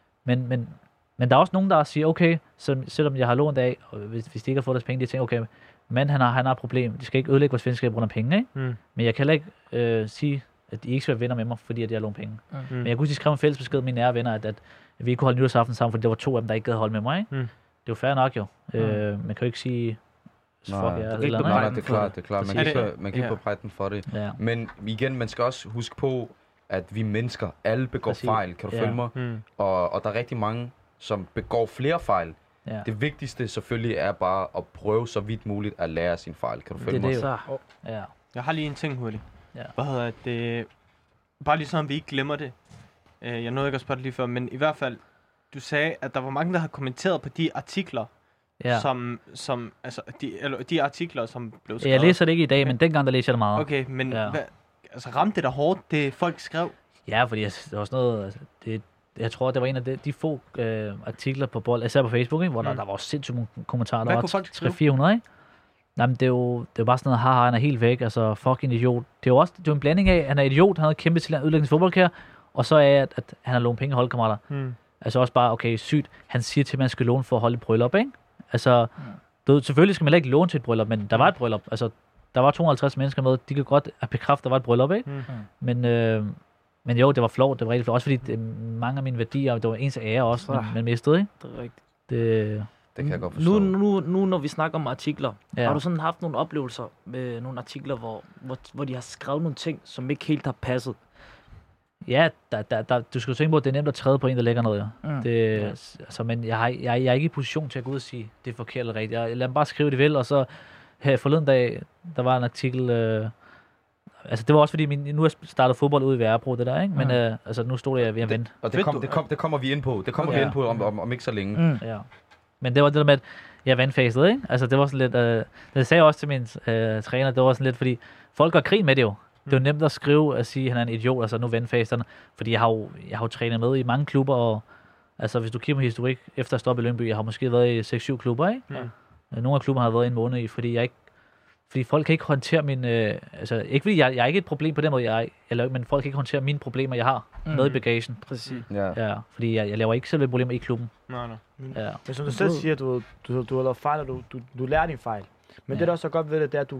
[SPEAKER 3] Men der er også nogen, der siger, okay, selvom jeg har lånt af, og hvis de ikke har fået deres penge, de tænker, okay, men han har et problem. De skal ikke ødelægge vores venskab på grund af penge, ikke? Men jeg kan heller ikke sige, at de ikke skal være venner med mig, fordi at jeg har lånt penge. Men jeg kunne huske, de skrev en fælles besked med mine nære venner, at vi ikke kunne holde nytårsaften sammen, fordi der var 2 af dem, der ikke gad holde med mig, ikke? Det er jo fair nok jo. Man kan jo ikke sige,
[SPEAKER 2] Nej, det er klart. Man kan ikke bebrejde den for det. Ja. Men igen, man skal også huske på, at vi mennesker, alle begår fejl, kan du følge mig? Og der er rigtig mange, som begår flere fejl. Ja. Det vigtigste selvfølgelig er bare at prøve så vidt muligt at lære sin fejl. Kan du følge mig?
[SPEAKER 1] Ja. Jeg har lige en ting hurtigt. Hvad hedder det? Bare lige sådan, vi ikke glemmer det. Jeg nåede ikke at spørge det lige før, men i hvert fald, du sagde, at der var mange, der har kommenteret på de artikler, de artikler, som blev skrevet.
[SPEAKER 3] Jeg læser det ikke i dag, men dengang der læser jeg det meget.
[SPEAKER 1] Okay, men ramte det da hårdt, det folk skrev?
[SPEAKER 3] Ja, fordi det var sådan noget, jeg tror, det var en af de få artikler på bold, især på Facebook, ikke, hvor der var sindssygt nogle kommentarer.
[SPEAKER 1] Hvad
[SPEAKER 3] der
[SPEAKER 1] var
[SPEAKER 3] 300-400, ikke? Nej, men det er jo bare sådan noget, han er helt væk, altså fucking idiot. Det er jo en blanding af, han er idiot, han havde kæmpe til ødelæggende fodboldkarriere, og så er at han har lånt penge af holdkammerater. Altså også bare, okay, sygt, han siger til, at man skal låne for at holde et bryllup, ikke? Altså, selvfølgelig skal man ikke låne til et bryllup, men der var et bryllup, altså, der var 250 mennesker med, de kan godt bekræfte, der var et bryllup, ikke? Men jo, det var flot, det var rigtig flot, også fordi mange af mine værdier, det var ens ære også, man mistede, ikke?
[SPEAKER 5] Det er rigtigt.
[SPEAKER 2] Det kan jeg godt forstå.
[SPEAKER 5] Nu når vi snakker om artikler, har du sådan haft nogle oplevelser med nogle artikler, hvor de har skrevet nogle ting, som ikke helt har passet?
[SPEAKER 3] Ja, du skal jo tænke på, at det er nemt at træde på en, der lægger noget. Altså, men jeg er ikke i position til at gå ud og sige, det er forkert eller rigtigt. Jeg lader dem bare skrive det vel, og så her forleden dag, der var en artikel... altså, det var også fordi, nu har jeg startet fodbold ude i Værebro, det der, ikke? Men altså, nu stod jeg ved at vente.
[SPEAKER 2] Og det kommer vi ind på. Det kommer vi ind på om ikke så længe.
[SPEAKER 3] Ja. Men det var det der med, at jeg vandfasede, ikke? Altså, det var sådan lidt... det sagde jeg også til min træner, det var sådan lidt, fordi folk gør krig med det jo. Det er jo nemt at skrive og sige, at han er en idiot, altså nu vandfasterne. Fordi jeg har jo trænet med i mange klubber, og altså, hvis du kigger på historik, efter at stoppe i Lyngby, jeg har måske været i 6-7 klubber, ikke? Nogle af klubber har været en måned i, fordi folk kan ikke håndtere min... altså, ikke fordi jeg er ikke et problem på den måde, men folk kan ikke håndtere mine problemer, jeg har med i bagagen.
[SPEAKER 5] Præcis.
[SPEAKER 3] Ja, fordi jeg laver ikke selv problemer i klubben.
[SPEAKER 1] Nej.
[SPEAKER 4] Ja. Men som du selv siger, du har lavet fejl, og du lærer din fejl. Men det der også er godt ved det, er, at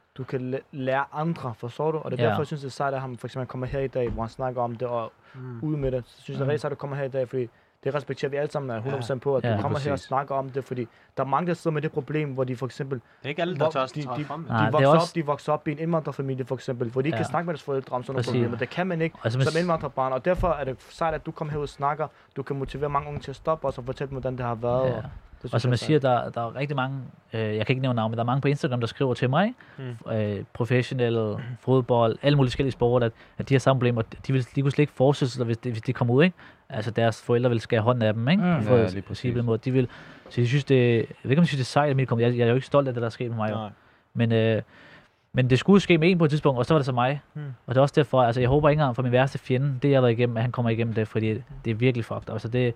[SPEAKER 4] du kan lære andre, forstår du? Og det er derfor, jeg synes, det er sejt, at han for eksempel kommer her i dag, hvor han snakker om det og ud med det. Så synes jeg, det er rigtig sejt, at du kommer her i dag, fordi det respekterer vi alle sammen er 100% på, at du kommer her og snakker om det, fordi der er mange, der sidder med det problem, hvor de for eksempel...
[SPEAKER 1] Det er ikke alle, der tør at træde frem.
[SPEAKER 4] De vokser op i en indvandrerfamilie, for eksempel, hvor de ikke kan snakke med deres forældre om sådan nogle problemer. Det kan man ikke som indvandrerbarn, og derfor er det sejt, at du kommer herud og snakker. Du kan motivere mange unge til at stoppe os og fortælle dem, hvordan det har været.
[SPEAKER 3] Ja. Og som jeg siger, der er rigtig mange, jeg kan ikke nævne navn, men der er mange på Instagram, der skriver til mig, professionelle, fodbold, alle mulige forskellige sport, at de har samme problemer, de kunne slet ikke forestille sig, hvis de kommer ud, ikke? Altså deres forældre vil skære hånden af dem, ikke?
[SPEAKER 2] Lige præcis.
[SPEAKER 3] De vil, så jeg synes, jeg ved ikke, om jeg synes, det er sejt, at mit kommer. Jeg er jo ikke stolt af det, der er sket med mig. Men det skulle ske med en på et tidspunkt, og så var det så mig. Og det er også derfor, altså jeg håber ikke engang for min værste fjende, det jeg har været igennem, at han kommer igennem det, fordi det er virkelig fucked. Altså det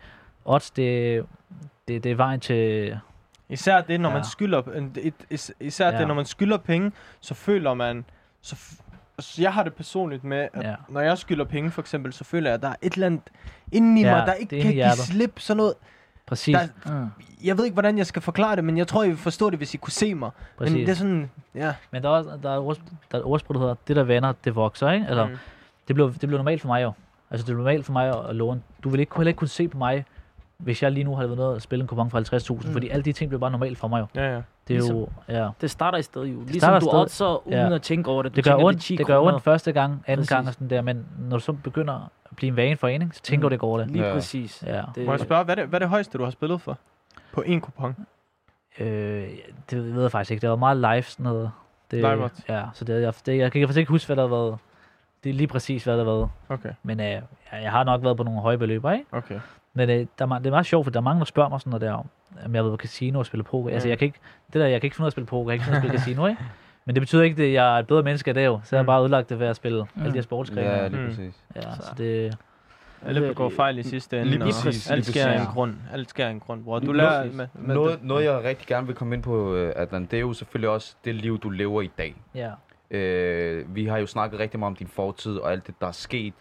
[SPEAKER 3] er vejen til...
[SPEAKER 1] Især det, når man skylder... det, når man skylder penge, så føler man... jeg har det personligt med, at når jeg skylder penge, for eksempel, så føler jeg, at der er et eller andet inden i mig, der ikke kan give slip sådan noget.
[SPEAKER 3] Præcis.
[SPEAKER 1] Jeg ved ikke, hvordan jeg skal forklare det, men jeg tror, I vil forstå det, hvis I kunne se mig. Præcis. Men det er sådan,
[SPEAKER 3] Men der er et ordsprog, der hedder, det der vander, det vokser, ikke? Eller, det blev normalt for mig jo. Altså, det blev normalt for mig at låne. Du vil heller ikke kunne se på mig, hvis jeg lige nu havde været nede og spille en kupon for 50.000, fordi alle de ting blev bare normalt for mig jo.
[SPEAKER 1] Ja.
[SPEAKER 3] Det er ligesom,
[SPEAKER 5] det starter i stedet jo. Ligesom du oddser uden at tænke over det.
[SPEAKER 3] Det gør ondt første gang, anden gang og sådan der, men når du så begynder at blive en vaneforening, så tænker du ikke over det.
[SPEAKER 5] Lige præcis.
[SPEAKER 3] Ja.
[SPEAKER 1] Må jeg spørge, hvad er det højeste, du har spillet for? På en kupon?
[SPEAKER 3] Det ved jeg faktisk ikke. Det var meget live sådan noget.
[SPEAKER 1] Live odds?
[SPEAKER 3] Ja, så jeg kan faktisk ikke huske, hvad der har været. Det er lige præcis, hvad der har været.
[SPEAKER 1] Okay.
[SPEAKER 3] Men jeg har nok været på nogle høje beløber, ikke?
[SPEAKER 1] Okay.
[SPEAKER 3] Men det er meget sjovt, for der er mange, der spørger mig sådan noget der, om jeg ved på casino og spille poker. Altså, jeg kan ikke finde ud af at spille poker, jeg kan ikke finde ud af at spille casino, ikke? Men det betyder ikke, at jeg er et bedre menneske af det jo. Så jeg har bare udlagt det ved at spille alle de her sportsgrene.
[SPEAKER 2] Ja, lige præcis.
[SPEAKER 3] Ja, så det...
[SPEAKER 1] Alle begår fejl i sidste ende.
[SPEAKER 2] Lige præcis.
[SPEAKER 1] Alt sker af en grund. Alt sker af en grund, bror. Du
[SPEAKER 2] lærer noget, jeg rigtig gerne vil komme ind på, Adnan, det er jo selvfølgelig også det liv, du lever i dag.
[SPEAKER 3] Ja.
[SPEAKER 2] Vi har jo snakket rigtig meget om din fortid og alt det, der er sket.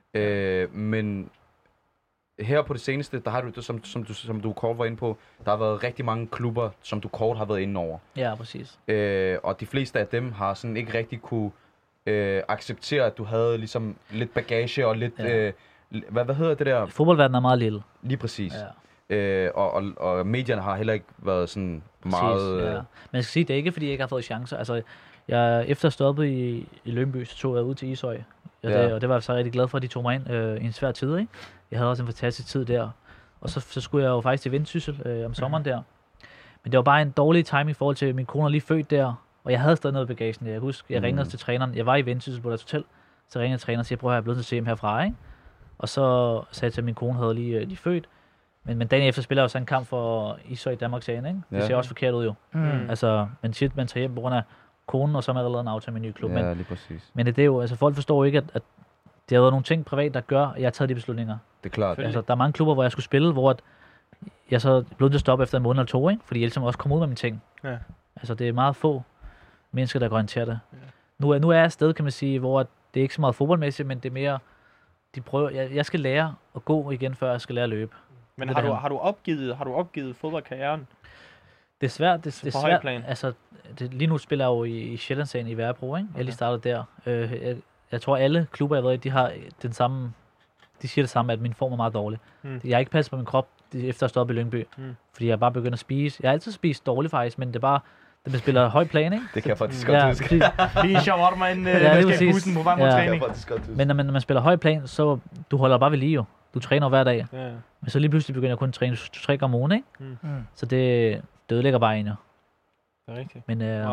[SPEAKER 2] Men her på det seneste, der har du, som du kort var inde på, der har været rigtig mange klubber, som du kort har været inde over.
[SPEAKER 3] Ja, præcis.
[SPEAKER 2] Og de fleste af dem har sådan ikke rigtig kunne acceptere, at du havde ligesom lidt bagage og lidt... Hvad hedder det der?
[SPEAKER 3] Fodboldverdenen er meget lille.
[SPEAKER 2] Lige præcis. Ja. Og medierne har heller ikke været sådan meget...
[SPEAKER 3] Ja. Men jeg skal sige, det er ikke, fordi jeg ikke har fået chancer. Altså, efter at stoppe i Lyngby, så tog jeg ud til Ishøj. Og det var jeg så rigtig glad for, at de tog mig ind i en svær tid, ikke? Jeg havde også en fantastisk tid der. Og så skulle jeg jo faktisk til Vendsyssel om sommeren der. Men det var bare en dårlig timing i forhold til, at min kone er lige født der. Og jeg havde stadig noget i bagagen. Jeg husker, jeg ringede til træneren. Jeg var i Vendsyssel på deres hotel. Så ringede træneren og siger, prøv at jeg er blevet til at se ham herfra, ikke? Og så sagde jeg til, at min kone havde lige født. Men dagen efter spiller jeg jo sådan en kamp for Ishøj i Danmark sagen, ikke? Det ser også forkert ud jo. Altså, man tager hjem på grund af konen, og så er man allerede en aftale med en ny klub.
[SPEAKER 2] Ja, lige præcis.
[SPEAKER 3] Men det er jo, altså folk forstår ikke, at det har været nogle ting privat, der gør, at jeg har taget de beslutninger.
[SPEAKER 2] Det er klart.
[SPEAKER 3] Altså, der er mange klubber, hvor jeg skulle spille, hvor jeg så blev til at stoppe efter en måned eller to, ikke? Fordi jeg ligesom også kom ud med mine ting. Ja. Altså, det er meget få mennesker, der går ind til det. Ja. Nu er jeg et sted, kan man sige, hvor det er ikke så meget fodboldmæssigt, men det er mere, de prøver, jeg skal lære at gå igen, før jeg skal lære at løbe.
[SPEAKER 1] Men har du opgivet fodboldkarrieren?
[SPEAKER 3] Det er svært. Det er svært. Altså, lige nu spiller jeg jo i Sjællandssagen i Værebro, ikke? Jeg lige startet der. Jeg tror, alle klubber, jeg ved i, de har den samme... De siger det samme, at min form er meget dårlig. Jeg har ikke passet på min krop, efter at stoppe i Lyngby. Fordi jeg bare begynder at spise. Jeg har altid spist dårligt faktisk, men det er bare... Det man spiller høj plan, ikke?
[SPEAKER 2] Det kan jeg faktisk godt huske.
[SPEAKER 4] Lige shawarma ind med bussen på vej mod træning.
[SPEAKER 3] Men når man spiller høj plan, så du holder bare ved lige jo. Du træner hver dag. Ja. Men så lige pludselig begynder jeg kun at træne 2-3 gange om ugen, ikke? Så det ødelægger bare en jo.
[SPEAKER 1] Det er rigtigt.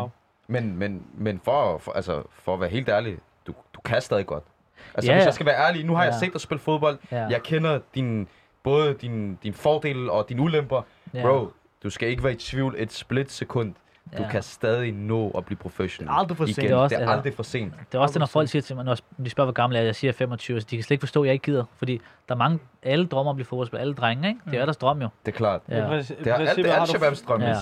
[SPEAKER 3] Men,
[SPEAKER 2] for at være helt ærlig, du kan stadig godt. Altså hvis jeg skal være ærlig, nu har jeg set dig spille fodbold. Jeg kender både din fordele og dine ulemper. Bro, du skal ikke være i tvivl et splitsekund. Du kan stadig nå at blive professionel.
[SPEAKER 4] Det er aldrig for sent.
[SPEAKER 2] Det er aldrig for sent.
[SPEAKER 3] Det er også det, når folk siger til mig, når de spørger, hvor gammel jeg siger 25, så de kan slet ikke forstå, at jeg ikke gider. Fordi der er mange, alle drømmer at blive fodboldspiller, alle drenge, ikke? Det er deres drøm jo.
[SPEAKER 2] Det er klart.
[SPEAKER 3] Ja.
[SPEAKER 2] Det er alle Shababs drøm.
[SPEAKER 1] Ja.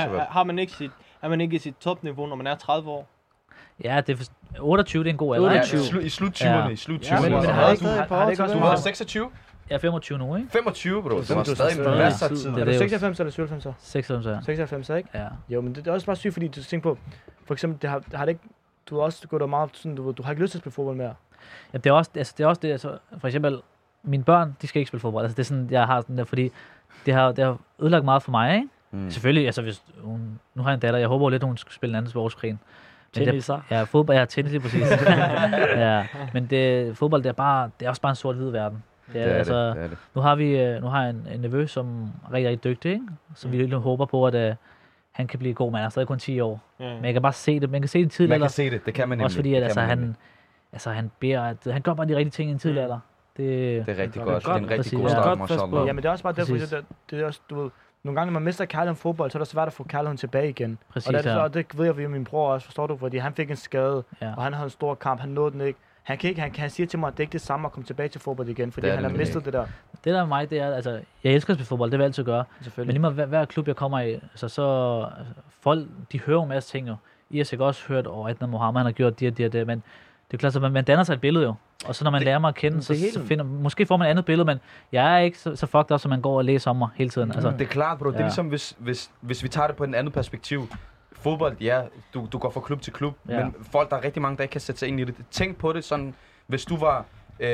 [SPEAKER 1] Er man ikke i sit topniveau, når man er 30 år?
[SPEAKER 3] Ja, det er 28, det er en god alder.
[SPEAKER 2] I slut 20'erne. I slut 20'erne.
[SPEAKER 4] Men
[SPEAKER 2] du har 26?
[SPEAKER 3] Jeg er 25 nu, ikke?
[SPEAKER 2] 25, bro. Du har stadig en masse tid.
[SPEAKER 4] Er du 96 eller 97 så?
[SPEAKER 3] 96, ja.
[SPEAKER 4] 96, ikke?
[SPEAKER 3] Ja.
[SPEAKER 4] Jo, men det er også bare sygt, fordi du tænker på, for eksempel, har det ikke, du har også gået meget sådan, du har ikke lyst til at spille fodbold mere.
[SPEAKER 3] Ja, det er også det, altså, for eksempel, mine børn, de skal ikke spille fodbold. Altså, det er sådan, jeg har sådan der, fordi det har ødelagt meget for mig, ikke? Selvfølgelig, altså hvis nu har jeg en datter, jeg håber lidt, hun skal spille en anden sportsgren.
[SPEAKER 5] Tennis, så?
[SPEAKER 3] Ja, fodbold, ja, tennis lige præcis. Ja, men fodbold, det er også bare en sort-hvid verden. Det er det. Nu har jeg en nevø, som er rigtig, rigtig dygtig, ikke? Så vi virkelig håber på, at han kan blive god, men han er stadig kun 10 år. Men jeg kan bare se det, man kan se det tidligere.
[SPEAKER 2] Man kan se det, det kan man nemlig.
[SPEAKER 3] Også fordi, at han beder, han gør bare de rigtige ting i en tidlig alder.
[SPEAKER 2] Det er rigtig godt. Det er en rigtig god
[SPEAKER 3] Ja.
[SPEAKER 2] start, mashallah.
[SPEAKER 4] Ja, men det er også bare derfor, det er også, du ved, nogle gange, når man mister kærligheden i fodbold, så er det svært at få kærligheden tilbage igen.
[SPEAKER 3] Præcis,
[SPEAKER 4] og det ved jeg ved min bror også, forstår du? Fordi han fik en skade, og han havde en stor kamp, han nåede den ikke. Han siger til mig, at det ikke er det samme at komme tilbage til fodbold igen, fordi han har mistet det der.
[SPEAKER 3] Det der med mig, det er, altså, jeg elsker at spille fodbold, det vil jeg altid gøre. Men lige meget hver klub, jeg kommer i, så folk, de hører en masse ting jo. I har sikkert også hørt, at Mohammed han har gjort det, men det er klart, at man danner sig et billede jo. Og så når man lærer mig at kende, så måske får man et andet billede, men jeg er ikke så fucked up, som man går og læser om mig hele tiden. Altså,
[SPEAKER 2] det er klart, bro. Det er ligesom, hvis vi tager det på en anden perspektiv. Fodbold, ja, du går fra klub til klub, men folk, der er rigtig mange, der ikke kan sætte sig ind i det. Tænk på det sådan, hvis du var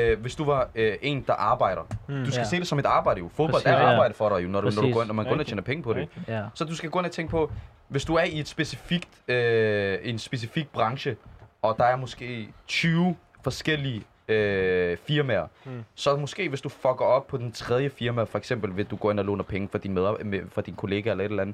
[SPEAKER 2] en, der arbejder. Du skal se det som et arbejde jo. Fodbold er arbejde for dig jo, når man går ind og tjener penge på det. Så du skal gå ind og tænke på, hvis du er i en specifik branche, og der er måske 20 forskellige firmaer, så måske hvis du fucker op på den tredje firma, for eksempel vil du gå ind og låne penge for din kollega eller et eller andet,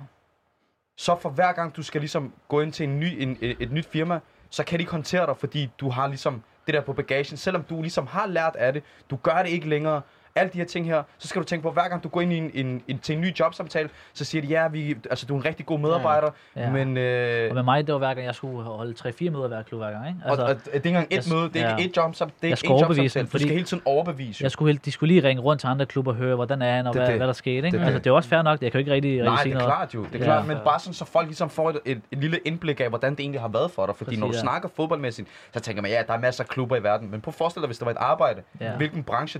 [SPEAKER 2] så for hver gang du skal ligesom gå ind til et nyt firma, så kan de ikke håndtere dig, fordi du har ligesom det der på bagagen, selvom du ligesom har lært af det, du gør det ikke længere. Alle de her ting her, så skal du tænke på, hver gang du går ind i til en ny jobsamtale, så siger de, du er en rigtig god medarbejder, men...
[SPEAKER 3] Og med mig, det var hver gang, jeg skulle holde 3-4 møder hver klub hver gang, ikke?
[SPEAKER 2] Altså, og det er ikke engang et møde, det er ikke et jobsamtale, det er ikke en jobsamtale, du skal hele tiden overbevise.
[SPEAKER 3] De skulle lige ringe rundt til andre klubber og høre, hvordan er han, og hvad der skete, ikke? Altså, det er også fair nok, jeg kan jo ikke rigtig sige noget.
[SPEAKER 2] Nej, det er klart jo, det er klart, men bare sådan, så folk ligesom får et lille indblik af, hvordan det egentlig har været for dig, fordi når du snakker fodboldmæssigt, så tænker man, der er masser af klubber i verden, men prøv at forestille dig, hvis der var et arbejde, hvilken branche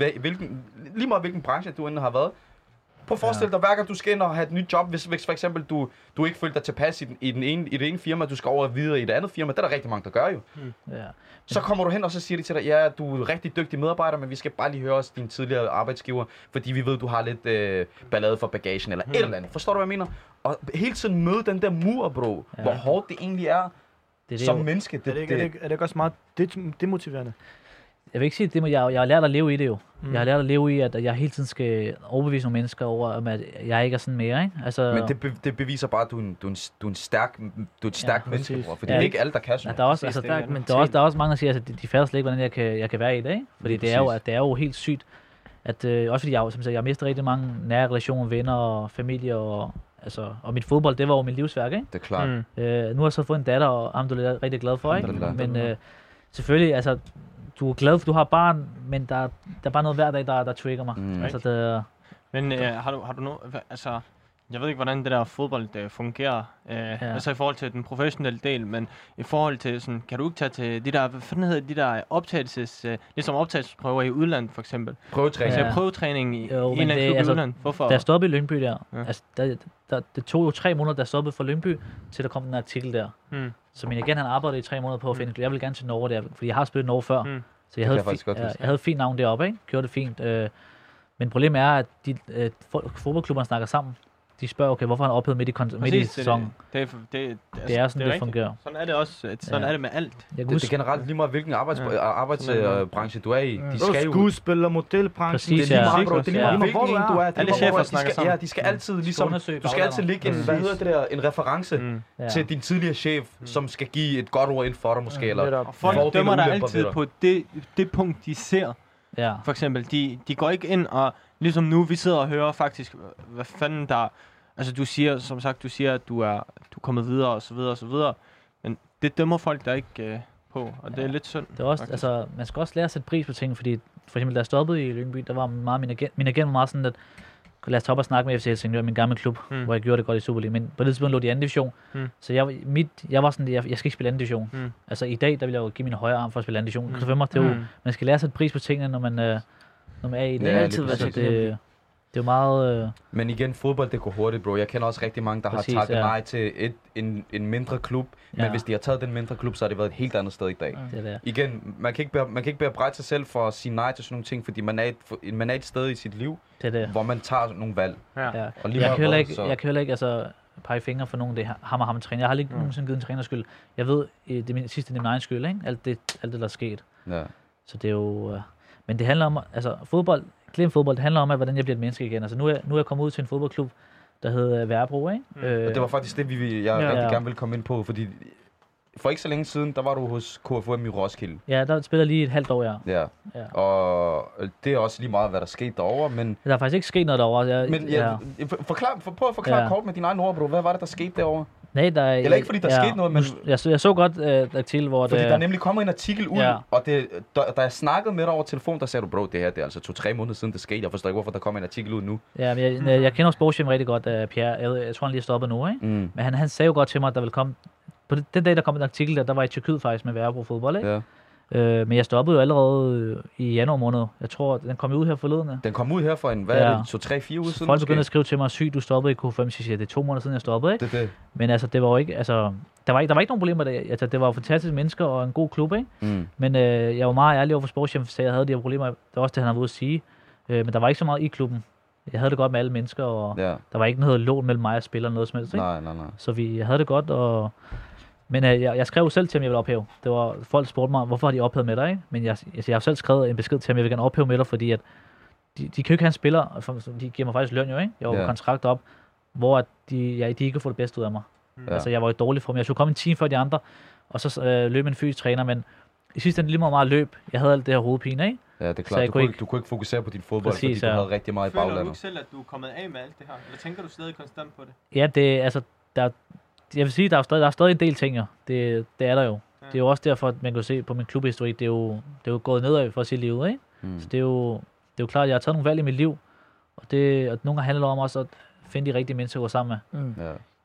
[SPEAKER 2] hvilken branche du end har været. Prøv at forestille dig, hver gang du skal ind og have et nyt job, hvis for eksempel du ikke føler dig tilpas i det ene firma, du skal over videre i det andet firma, det er der rigtig mange, der gør jo. Så kommer du hen, og så siger de til dig, du er en rigtig dygtig medarbejder, men vi skal bare lige høre os din tidligere arbejdsgiver, fordi vi ved, du har lidt ballade for bagagen eller et eller andet. Forstår du, hvad jeg mener? Og hele tiden møde den der mur, bro, hvor hårdt det egentlig er som menneske.
[SPEAKER 4] Er det ikke også meget demotiverende?
[SPEAKER 3] Jeg vil ikke sige det, men jeg har lært at leve i det jo. Jeg har lært at leve i, at jeg hele tiden skal overbevise nogle mennesker over, at jeg ikke er sådan mere, ikke? Altså,
[SPEAKER 2] men det beviser bare, at du er et stærkt menneske, for det er ikke alle, der kan sådan.
[SPEAKER 3] Der er også mange, der siger, at de fatter slet ikke, hvordan jeg kan være i det, ikke? Fordi det er jo helt sygt, at også fordi jeg har mistet rigtig mange nære relationer, venner og familie og mit fodbold, det var jo mit livsværk, ikke?
[SPEAKER 2] Det er klart.
[SPEAKER 3] Nu har jeg så fået en datter, og ham du er rigtig glad for, ikke? Men selvfølgelig, altså, du er glad for, du har barn, men der er bare noget hver dag, der trigger mig.
[SPEAKER 1] Men har du noget, altså, jeg ved ikke, hvordan det der fodbold fungerer, altså i forhold til den professionelle del, men i forhold til sådan, kan du ikke tage til de der, hvad fanden hedder de der ligesom optagelsesprøver i udlandet for eksempel?
[SPEAKER 2] Prøvetræning.
[SPEAKER 1] Altså prøvetræning i en eller anden klub i udlandet. Hvorfor?
[SPEAKER 3] Da jeg stoppede i Lyngby der, altså, det tog jo 3 måneder, da jeg stoppede for Lyngby, til der kom den artikel der. Så min agent, han arbejdede i 3 måneder på at finde, jeg ville gerne til Norge der, fordi jeg har spillet Norge før. Så jeg havde fint navn deroppe, ikke? Gjorde det fint. Men problemet er, at fodboldklubberne snakker sammen. De spørger, okay, hvorfor han ophedet midt i sæsonen. Det er sådan, det fungerer.
[SPEAKER 1] Sådan er det også. Sådan er det med alt.
[SPEAKER 2] Det er generelt lige meget, hvilken arbejdsbranche du er i. De skal jo...
[SPEAKER 4] Skuespiller, modelbranchen.
[SPEAKER 3] Præcis,
[SPEAKER 2] det er lige meget, det er lige meget, hvilken en du er.
[SPEAKER 1] Alle chefer snakker sammen.
[SPEAKER 2] Ja, de skal altid ligesom... Du skal altid lægge en reference til din tidligere chef, som skal give et godt ord ind for dig måske.
[SPEAKER 1] Og folk dømmer dig altid på det punkt, de ser. For eksempel, de går ikke ind og... Ligesom nu, vi sidder og hører faktisk, hvad fanden der... Altså, du siger, at du er kommet videre, og så videre, og så videre. Men det dømmer folk der ikke på, og det er lidt synd.
[SPEAKER 3] Det er også, altså, man skal også lære at sætte pris på ting, fordi for eksempel, da jeg stoppede i Lyngby, der var meget min agent var meget sådan, at lad os tage op og snakke med FC Helsingør, min gamle klub, hvor jeg gjorde det godt i Superliga. Men på det tidspunkt lå de i anden division, så jeg var sådan, jeg skal ikke spille anden division. Altså i dag, der vil jeg jo give min højre arm for at spille anden division. Man skal lære at sætte pris på tingene, når man er i det.
[SPEAKER 5] Det er altid været
[SPEAKER 3] Det er jo meget...
[SPEAKER 2] Men igen, fodbold, det går hurtigt, bro. Jeg kender også rigtig mange, der
[SPEAKER 3] Præcis,
[SPEAKER 2] har takket nej til en mindre klub. Men hvis de har taget den mindre klub, så har det været et helt andet sted i dag.
[SPEAKER 3] Det.
[SPEAKER 2] Igen, man kan ikke bebrejde sig selv for at sige nej til sådan nogle ting, fordi man er et sted i sit liv, hvor man tager nogle valg.
[SPEAKER 3] Ja.
[SPEAKER 2] Og
[SPEAKER 3] lige jeg kan heller ikke altså, pege fingre for nogen, det er ham træner. Jeg har ikke nogensinde givet en træner skyld. Jeg ved, det er min sidste, det er min egen skyld, ikke? Alt det, der er sket.
[SPEAKER 2] Ja.
[SPEAKER 3] Så det er jo... Men det handler om, altså fodbold, det handler om, hvordan jeg bliver et menneske igen. Altså nu er jeg kommet ud til en fodboldklub, der hedder Værebro, ikke?
[SPEAKER 2] Og det var faktisk det, jeg rigtig gerne ville komme ind på, fordi for ikke så længe siden, der var du hos KFUM i Roskilde.
[SPEAKER 3] Ja, der spiller lige et halvt år,
[SPEAKER 2] ja. Og det er også lige meget, hvad der skete derovre, men...
[SPEAKER 3] Der er faktisk ikke sket noget derovre.
[SPEAKER 2] Prøv at forklare kort med dine egne ord, bro. Hvad var det, der skete derovre?
[SPEAKER 3] Nej,
[SPEAKER 2] eller ikke fordi der skete noget, men...
[SPEAKER 3] Jeg så godt til, hvor
[SPEAKER 2] fordi der er nemlig kommet en artikel ud, og da jeg snakkede med dig over telefon, der sagde du, bro, det her, det er altså 2-3 måneder siden, det skete. Jeg forstår ikke, hvorfor der kommer en artikel ud nu. Ja,
[SPEAKER 3] men jeg kender sportschef rigtig godt, Pierre. Jeg tror, han lige er stoppet nu, ikke? Men han sagde jo godt til mig, at der ville komme... På den dag, der kom en artikel, der var i Tyrkiet faktisk med Værebro fodbold, ikke? Ja. Men jeg stoppede jo allerede i januar måned. Jeg tror, den kom ud her forleden. Den
[SPEAKER 2] kom ud her for en, hvad er det, 2-3-4 uger siden?
[SPEAKER 3] Folk begyndte at skrive til mig, syg, du stoppede i K5, så siger det er 2 måneder siden, jeg stoppede, ikke?
[SPEAKER 2] Det.
[SPEAKER 3] Men altså, det var jo ikke, altså, der var ikke nogen problemer der. Altså, det var jo fantastiske mennesker og en god klub, ikke? Men jeg var meget ærlig over for sportschefen, så jeg havde de her problemer. Det var også det, han havde ude at sige. Men der var ikke så meget i klubben. Jeg havde det godt med alle mennesker, og der var ikke noget lån mellem mig og spilleren, noget som helst, ikke?
[SPEAKER 2] Nej.
[SPEAKER 3] Så jeg havde det godt, og... Men jeg skrev selv til ham, jeg ville ophæve. Det var, folk spurgte mig, hvorfor har de ophævet med dig, ikke? Men jeg har selv skrevet en besked til ham, jeg vil gerne ophæve med dig, fordi at de kan jo ikke have en spiller, de giver mig faktisk løn jo, ikke? Jeg var kontrakt op, hvor de ikke får det bedste ud af mig. Altså, jeg var jo dårlig for dem. Jeg skulle komme en time før de andre, og så løb en fysisk træner, men i sidste ende lige meget løb. Jeg havde alt det her hovedpine, ikke?
[SPEAKER 2] Ja, det er klart. Du kunne ikke fokusere på din fodbold, fordi du havde rigtig meget i baglandet.
[SPEAKER 1] Føler du ikke selv, at du er kommet af med alt det her? Eller tænker du stadig konstant på det?
[SPEAKER 3] Ja, det altså... Jeg vil sige, der er stadig en del ting, jo. Det er der jo. Ja. Det er jo også derfor, at man kan se på min klubhistorik, det er jo gået nedad for at sige livet, ikke? Så det er jo klart, at jeg har taget nogle valg i mit liv, og nogle gange handler det om også at finde de rigtige mennesker at gå sammen med.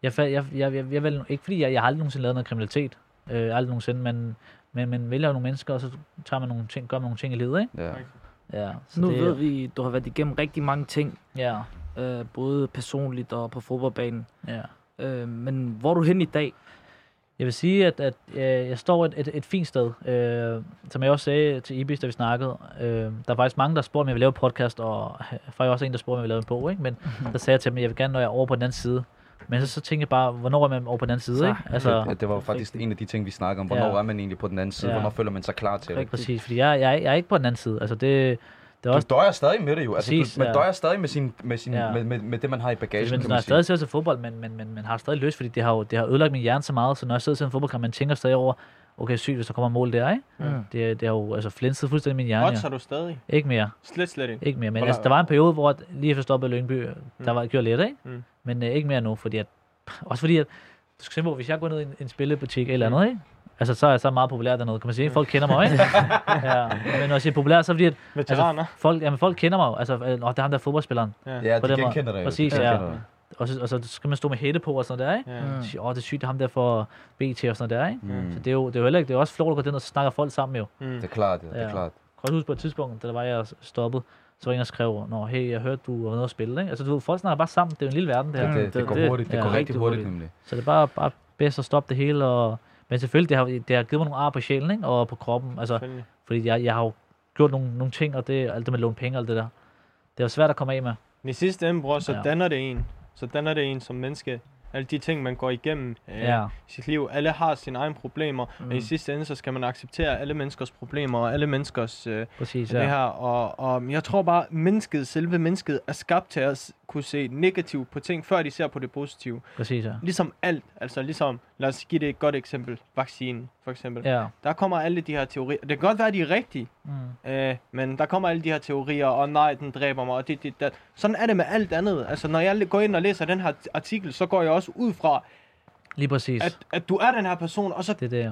[SPEAKER 3] Jeg vil ikke, fordi jeg har aldrig nogensinde lavet noget kriminalitet, aldrig nogensinde, men vælger nogle mennesker, og så tager man nogle ting, gør man nogle ting i livet, ikke?
[SPEAKER 5] Ja. Så nu ved vi, du har været igennem rigtig mange ting, både personligt og på fodboldbanen. Ja. Men hvor er du hen i dag?
[SPEAKER 3] Jeg vil sige, at jeg står et fint sted. Som jeg også sagde til Ibis, da vi snakkede. Der er faktisk mange, der spurgte, om jeg vil lave et podcast, og faktisk også en, der spurgte, om jeg vil lave en bog. Ikke? Men der sagde jeg til dem, at jeg vil gerne, når jeg er over på den anden side. Men så tænkte jeg bare, hvornår er man over på den anden side? Ikke?
[SPEAKER 2] Altså, det var faktisk en af de ting, vi snakkede om. Hvornår er man egentlig på den anden side? Hvornår føler man sig klar til det?
[SPEAKER 3] Præcis, fordi jeg er ikke på den anden side. Altså det
[SPEAKER 2] du døjer stadig med det jo. Altså, man døjer stadig med det, man har i bagagen.
[SPEAKER 3] Men når jeg stadig ser til fodbold, men man har stadig lyst, fordi det har ødelagt min hjerne så meget, så når jeg sidder til en fodboldkamp, man tænker stadig over, okay, sygt, hvis der kommer mål der, ikke? Det har jo altså flinset fuldstændig min hjerne.
[SPEAKER 1] Odds har du stadig?
[SPEAKER 3] Ikke mere.
[SPEAKER 1] Slet ikke?
[SPEAKER 3] Ikke mere, men altså, der var en periode, hvor lige efter stoppet Lyngby, der var gjort lidt, ikke? Men ikke mere nu, fordi at, også fordi at, du skal se på, hvis jeg går ned i en spillebutik eller andet, ikke? Altså, så er jeg så meget populær dernede, kan man sige. Folk kender mig, ikke? Men når jeg siger populær, så er det fordi, at folk kender mig jo. Altså, der er ham der fodboldspilleren.
[SPEAKER 2] Ja, de genkender dig jo.
[SPEAKER 3] Præcis, og så skal man stå med hætte på og sådan der, ikke? Så siger, det er sygt, det er ham der for BT og sådan der, ikke? Så det er jo heller ikke, det er også flot at gå den og snakke folk sammen jo.
[SPEAKER 2] Det er klart, det er klart.
[SPEAKER 3] Jeg kan huske på et tidspunkt, da der var jeg stoppet, så var en, der skrev, hey, jeg hørte, du var nede og spille, ikke? Altså, du ved, folk snakker bare sammen, det er jo en lille verden, det her.
[SPEAKER 2] Det går hurtigt, det går rigtig hurtigt, nemlig.
[SPEAKER 3] Så det er bare bedst at stoppe det hele, men selvfølgelig, det har givet mig nogle ar på sjælen, ikke? Og på kroppen, altså, fordi jeg har jo gjort nogle ting, og det alt det med at låne penge og alt det der. Det er jo svært at komme af med.
[SPEAKER 1] I sidste ende, bror, så danner det en som menneske. Alle de ting, man går igennem i sit liv. Alle har sine egne problemer, og i sidste ende, så skal man acceptere alle menneskers problemer, og alle menneskers det her. Og jeg tror bare, selve mennesket er skabt til at kunne se negativt på ting, før de ser på det positive.
[SPEAKER 3] Præcis, ja.
[SPEAKER 1] Ligesom alt. Altså ligesom, lad os give det et godt eksempel. Vaccinen, for eksempel. Ja. Der kommer alle de her teorier. Det kan godt være, de er rigtige, men der kommer alle de her teorier, og nej, den dræber mig, og det. Sådan er det med alt andet. Altså, når jeg går ind og læser den her artikel, så går jeg også ud fra,
[SPEAKER 3] lige præcis,
[SPEAKER 1] at du er den her person, og så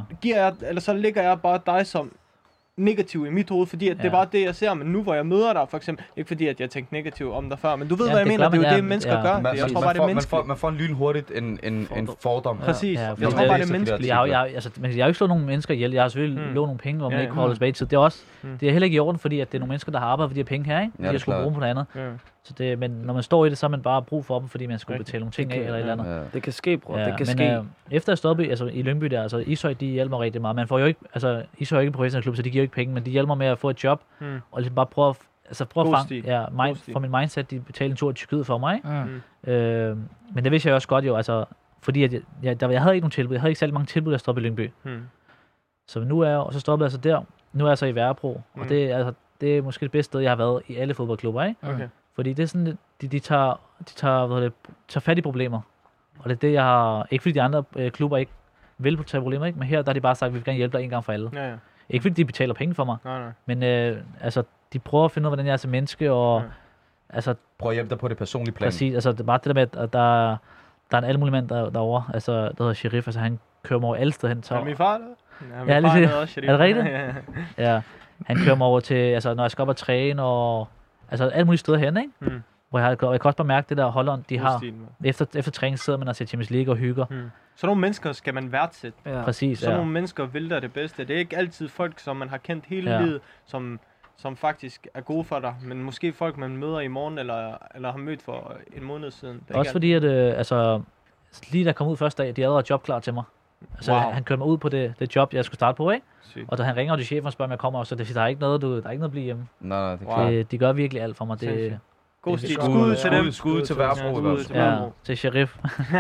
[SPEAKER 1] så lægger jeg bare dig som negativ i mit hoved, fordi at det er bare det, jeg ser, men nu hvor jeg møder dig, for eksempel, ikke fordi at jeg tænkte negativt om dig før, men du ved, hvad jeg mener, det er jo det, mennesker gør. Jeg tror bare, det er menneskeligt.
[SPEAKER 2] Man får en lynhurtigt en fordom.
[SPEAKER 1] Præcis. Jeg tror bare, det er menneskeligt. Jeg
[SPEAKER 3] har jo ikke slået nogen mennesker ihjel. Jeg har selvfølgelig lånt nogle penge, hvor man ikke holder tilbage tid. Det er heller ikke i orden, fordi at det er nogle mennesker, der har arbejdet for de her penge her, ikke? De har skulle bruge på noget andet. Så det, men når man står i det, så har man bare brug for dem, fordi man skulle betale nogle ting af eller et eller andet.
[SPEAKER 5] Ja. Det kan ske, bror. Det kan
[SPEAKER 3] men,
[SPEAKER 5] ske.
[SPEAKER 3] Efter jeg stoppede i Lyngby der, altså Ishøj, de hjælper rigtig meget. Man får jo ikke, altså Ishøj er ikke en professionel klub, så de giver jo ikke penge, men de hjælper med at få et job, og ligesom bare prøve at fange, for min mindset, de betaler en tur til Tyrkiet for mig. Men det vidste jeg også godt jo, altså, fordi at jeg havde ikke nogen tilbud. Jeg havde ikke særlig mange tilbud, der stoppede i Lyngby. Så nu er jeg, og så stoppede jeg så der. Nu er jeg så i Værebro, og det er måske det bedste sted, jeg har været i alle fodboldklubber, ikke?
[SPEAKER 1] Okay.
[SPEAKER 3] Fordi det er sådan, de tager fat i problemer. Og det er det, jeg har... Ikke fordi de andre klubber ikke vil tage problemer, ikke? Men her der har de bare sagt, at vi vil gerne hjælpe dig en gang for alle.
[SPEAKER 1] Ja.
[SPEAKER 3] Ikke fordi de betaler penge for mig.
[SPEAKER 1] Nej.
[SPEAKER 3] Men altså, de prøver at finde ud af, hvordan jeg er som menneske, og... Altså,
[SPEAKER 2] prøv at hjælpe dig på det personlige plan.
[SPEAKER 3] Præcis, altså det er bare det der med, at der er en alle mulige mand derovre. Altså, der hedder Sherif, altså han kører mig over alle steder hen.
[SPEAKER 1] Er det min far, der?
[SPEAKER 3] Ja, lige det. Er det rigtigt? Ja. Han kører mig over til, altså når jeg skal op og træne, og altså alle mulige steder hen, ikke? Hvor jeg kan også bare mærke det der Holland, de har. Efter træning sidder man og ser Champions League og hygger.
[SPEAKER 1] Så nogle mennesker skal man værdsætte.
[SPEAKER 3] Ja. Præcis,
[SPEAKER 1] så nogle mennesker vil der det bedste. Det er ikke altid folk, som man har kendt hele livet, som faktisk er gode for dig, men måske folk, man møder i morgen, eller har mødt for en måned siden.
[SPEAKER 3] Også fordi, at altså, lige da jeg kom ud første dag, de er allerede jobklar til mig. Altså, han kørte mig ud på det job, jeg skulle starte på, ikke? Sygt. Og da han ringer til chefen og spørger, om jeg kommer, så der er ikke noget, at blive hjemme.
[SPEAKER 2] Nej, det er klart.
[SPEAKER 3] De gør virkelig alt for mig. Det,
[SPEAKER 1] god stil. Skud til dem.
[SPEAKER 2] Skud til Værebro.
[SPEAKER 3] Ja, til Sherif.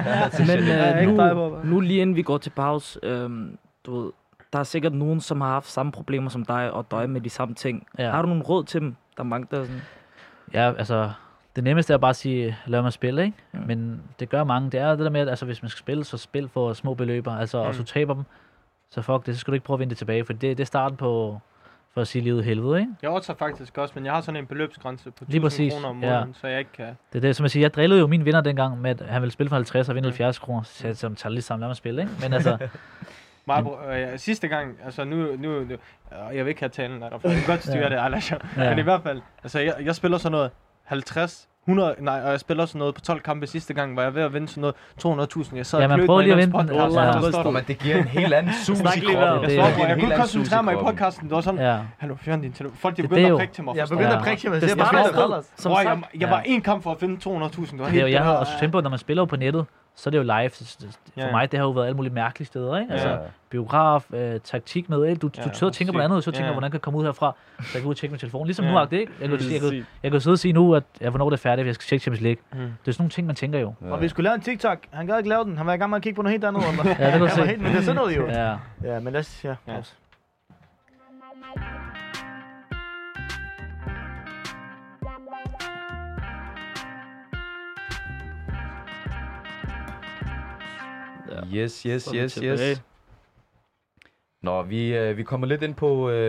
[SPEAKER 5] Men nu lige inden vi går til pause, du ved, der er sikkert nogen, som har haft samme problemer som dig, og døjer med de samme ting. Ja. Har du nogle råd til dem? Der er mange, der sådan...
[SPEAKER 3] Ja, altså... Det nemmeste er bare at sige, lad mig spille, ikke? Men det gør mange. Det er det der med, at altså, hvis man skal spille, så spil for små beløber. Altså, og så taber dem, så fuck det. Så skal du ikke prøve at vinde det tilbage, for det er starten på, for at sige livet helvede, ikke?
[SPEAKER 1] Jeg også faktisk også, men jeg har sådan en beløbsgrænse på 1000 kroner om måneden, så jeg ikke kan...
[SPEAKER 3] Det er det, som jeg siger. Jeg drillede jo min vinder dengang med, at han ville spille for 50 og vinde 70 kroner. Så jeg tager lige sammen, lad mig spille, ikke? Men altså...
[SPEAKER 1] sidste gang, altså nu jeg vil ikke have talen der, for jeg kan godt styre det, Alex. Men i hvert fald, altså jeg spiller sådan noget 50, 100, nej, og jeg spiller sådan noget på 12 kampe sidste gang, hvor jeg er ved at vinde sådan noget 200.000. Jeg sad og klødte mig i den podcast.
[SPEAKER 2] Men det giver en helt anden sus i
[SPEAKER 1] kroppen. Jeg kunne koncentrere mig i podcasten. Det var sådan, hallo, fjern din telefon. Folk, de begyndte at prikke til mig.
[SPEAKER 4] Jeg begyndte at prikke til mig.
[SPEAKER 1] Jeg var en kamp for at finde 200.000.
[SPEAKER 3] Jeg har også tænkt på, når man spiller på nettet, så er det jo live. For mig, det har jo været alle mulige mærkelige steder, ikke? Altså, biograf, taktik med alt. Du sidder og tænker på noget andet, så tænker hvordan kan jeg komme ud herfra, så jeg kan ud og tjekke min telefon. Ligesom nu har det, ikke? Jeg kan sidde og sige nu, at hvornår det er færdigt, jeg skal tjekke Champions League. Det er sådan nogle ting, man tænker jo.
[SPEAKER 4] Og vi skulle lave en TikTok. Han gad ikke lave den. Han var i gang med at kigge på noget helt andet.
[SPEAKER 3] Ja, det kan du se.
[SPEAKER 4] Men det er sådan noget jo.
[SPEAKER 3] Ja,
[SPEAKER 4] men lad os... Ja.
[SPEAKER 2] Yes. Nå, vi kommer lidt ind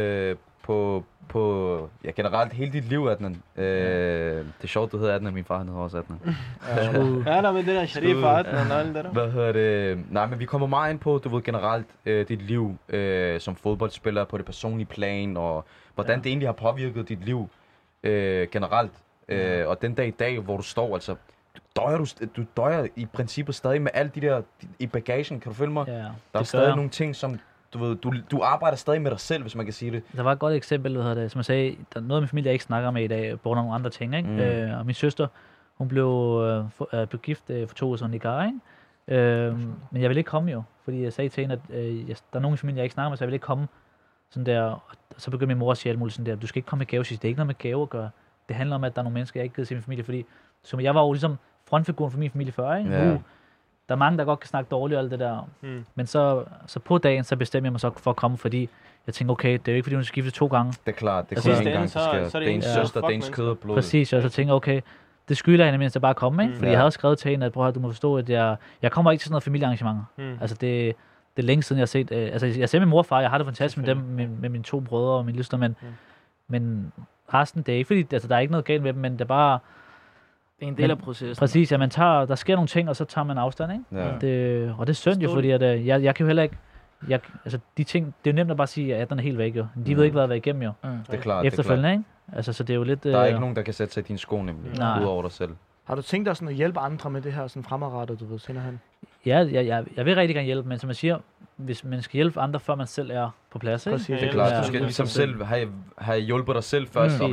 [SPEAKER 2] på generelt hele dit liv, Adnan. Det er sjovt, du hedder Adnan. Min far, han hedder også Adnan.
[SPEAKER 1] Ja, der med det der Sharif og Adnan og alt det der.
[SPEAKER 2] Hvad hedder det? Nej, men vi kommer meget ind på, du ved, generelt dit liv som fodboldspiller på det personlige plan, og hvordan det egentlig har påvirket dit liv generelt. Og den dag i dag, hvor du står, altså... Du døjer i princippet stadig med alle de der i bagagen, kan du følge mig?
[SPEAKER 3] Ja,
[SPEAKER 2] der er stadig nogle ting, som du ved, du arbejder stadig med dig selv, hvis man kan sige det.
[SPEAKER 3] Der var et godt eksempel, som jeg sagde, der er noget af min familie, jeg ikke snakker med i dag, på nogle andre ting, ikke? Og min søster, hun blev gift for 2 år siden i Gar, ikke? Men jeg ville ikke komme jo, fordi jeg sagde til hende, at der er nogen i familien, jeg ikke snakker med, så jeg vil ikke komme sådan der. Og så begyndte min mor at sige alt muligt sådan der, du skal ikke komme med gave, det er ikke noget med gave at gøre. Det handler om, at der er nogle mennesker, jeg ikke gider se min familie, fordi som jeg var jo ligesom frontfiguren for min familie før, ikke? Der er mange, der godt kan snakke dårligt og alt det der. Men så på dagen, så bestemmer jeg mig så for at komme, fordi jeg tænker, okay, det er jo ikke, fordi hun skal skifte 2 gange.
[SPEAKER 2] Det er klart, det kommer en gang, så det er ens søster, det er ens kød og blod.
[SPEAKER 3] Præcis, og så tænker jeg, okay, det skylder hende, mens jeg bare komme, ikke? Fordi jeg havde skrevet til hende, at prøv at du må forstå, at jeg kommer ikke til sådan noget familiearrangementer. Altså det er længe siden, jeg har set, altså jeg ser min mor og far, jeg har det fantastisk med dem, med mine 2 brødre og min lillesøster, men resten, det er ikke fordi, altså der er ikke noget galt med dem, men det er bare...
[SPEAKER 5] Det er en del af processen.
[SPEAKER 3] Præcis, ja, der sker nogle ting, og så tager man afstand, ikke? Ja. Og det er synd jo, fordi at, jeg kan jo heller ikke... altså, de ting, det er jo nemt at bare sige, at den er helt væk jo. De ved ikke, hvad der er igennem jo.
[SPEAKER 2] Det er klart,
[SPEAKER 3] efterfølgende, ikke? Altså, så det er jo lidt...
[SPEAKER 2] Der er ikke nogen, der kan sætte sig i dine sko, nemlig, ud over dig selv.
[SPEAKER 4] Har du tænkt dig sådan at hjælpe andre med det her sådan fremadrettet, du ved, senere hen?
[SPEAKER 3] Ja, jeg vil rigtig gerne hjælpe, men som jeg siger, hvis man skal hjælpe andre, før man selv er på plads, ikke?
[SPEAKER 2] Præcis, det er klart. Du skal ligesom selv have hjulpet dig selv først, og være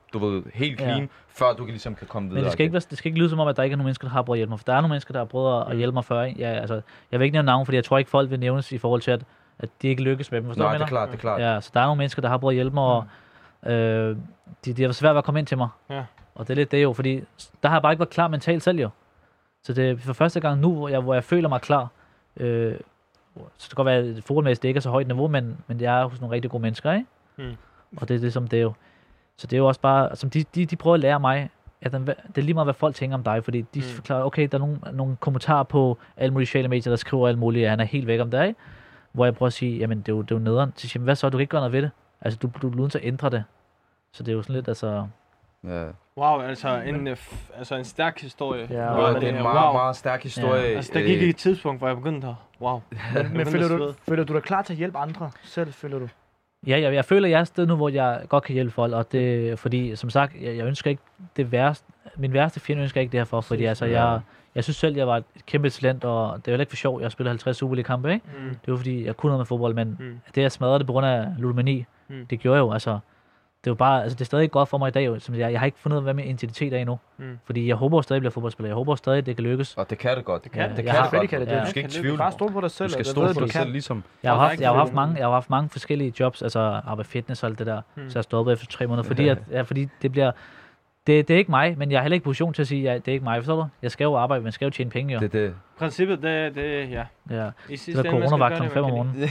[SPEAKER 2] du ved, helt clean, før du ligesom kan komme videre.
[SPEAKER 3] Men det skal ikke lyde som om, at der ikke er nogen mennesker, der har prøvet at hjælpe mig. For der er nogle mennesker, der har prøvet at hjælpe mig før. Ikke? Ja, altså, jeg vil ikke nævne navn, fordi jeg tror ikke, folk vil nævnes i forhold til, at de ikke lykkes med dem.
[SPEAKER 2] Nej, det er klart.
[SPEAKER 3] Ja, så der er nogle mennesker, der har prøvet at hjælpe mig, og de har svært ved at komme ind til mig. Ja. Og det er lidt det jo, fordi der har jeg bare ikke været klar mentalt selv jo. Så det er for første gang nu, hvor jeg føler mig klar. Så det kan godt være, at fodboldmæssigt ikke er så højt niveau, men jeg er hos nogle rigtig gode mennesker, ikke? Og det er det, som det er jo. Så det er jo også bare, som de prøver at lære mig, at det er lige meget, hvad folk tænker om dig, fordi de forklarer, okay, der er nogle kommentarer på alle mulige sociale medier, der skriver alt muligt, at han er helt væk om dig, ikke? Hvor jeg prøver at sige, jamen det er jo nederen. Så siger, hvad så, du kan ikke gøre noget ved det. Altså, du er nødt til at ændre det. Så det er jo sådan lidt, altså...
[SPEAKER 2] Ja.
[SPEAKER 1] Wow, altså en stærk historie.
[SPEAKER 2] Ja, det er en meget stærk historie.
[SPEAKER 1] Ja. Altså, der gik et tidspunkt, hvor jeg begyndte at... Wow.
[SPEAKER 4] Men føler du dig klar til at hjælpe andre selv, føler du?
[SPEAKER 3] Ja, jeg føler, at jeg er et sted nu, hvor jeg godt kan hjælpe folk, og det fordi, som sagt, jeg ønsker ikke det værste, min værste fjende ønsker jeg ikke det her for, fordi altså, jeg synes selv, jeg var et kæmpe talent, og det er jo ikke for sjov, jeg spillede 50 Superliga-kampe, ikke? Det var fordi, jeg kunne noget med fodbold, men det, jeg smadrede det på grund af ludomani, det gjorde jeg jo, altså, det var bare, altså det er stadig godt for mig i dag, jo, som jeg har ikke fundet ud af, hvad min identitet er endnu, fordi jeg håber stadig bliver fodboldspiller, jeg håber stadig, det kan lykkes.
[SPEAKER 2] Og det kan det godt.
[SPEAKER 4] Det kan det godt.
[SPEAKER 2] Du skal ikke tvivle.
[SPEAKER 4] Bare stole på dig selv.
[SPEAKER 2] Du skal stole på dig selv, ligesom.
[SPEAKER 3] Jeg har haft mange forskellige jobs, altså arbejde fitness og alt det der, så jeg stoppede efter 3 måneder, fordi det bliver... Det er ikke mig, men jeg er heller ikke i position til at sige, at det er ikke mig, forstår du? Jeg skal jo arbejde, men jeg skal jo tjene penge, jo.
[SPEAKER 2] Det.
[SPEAKER 1] Princippet, ja.
[SPEAKER 3] Ja. Det er coronavagt kl. 5 om morgenen.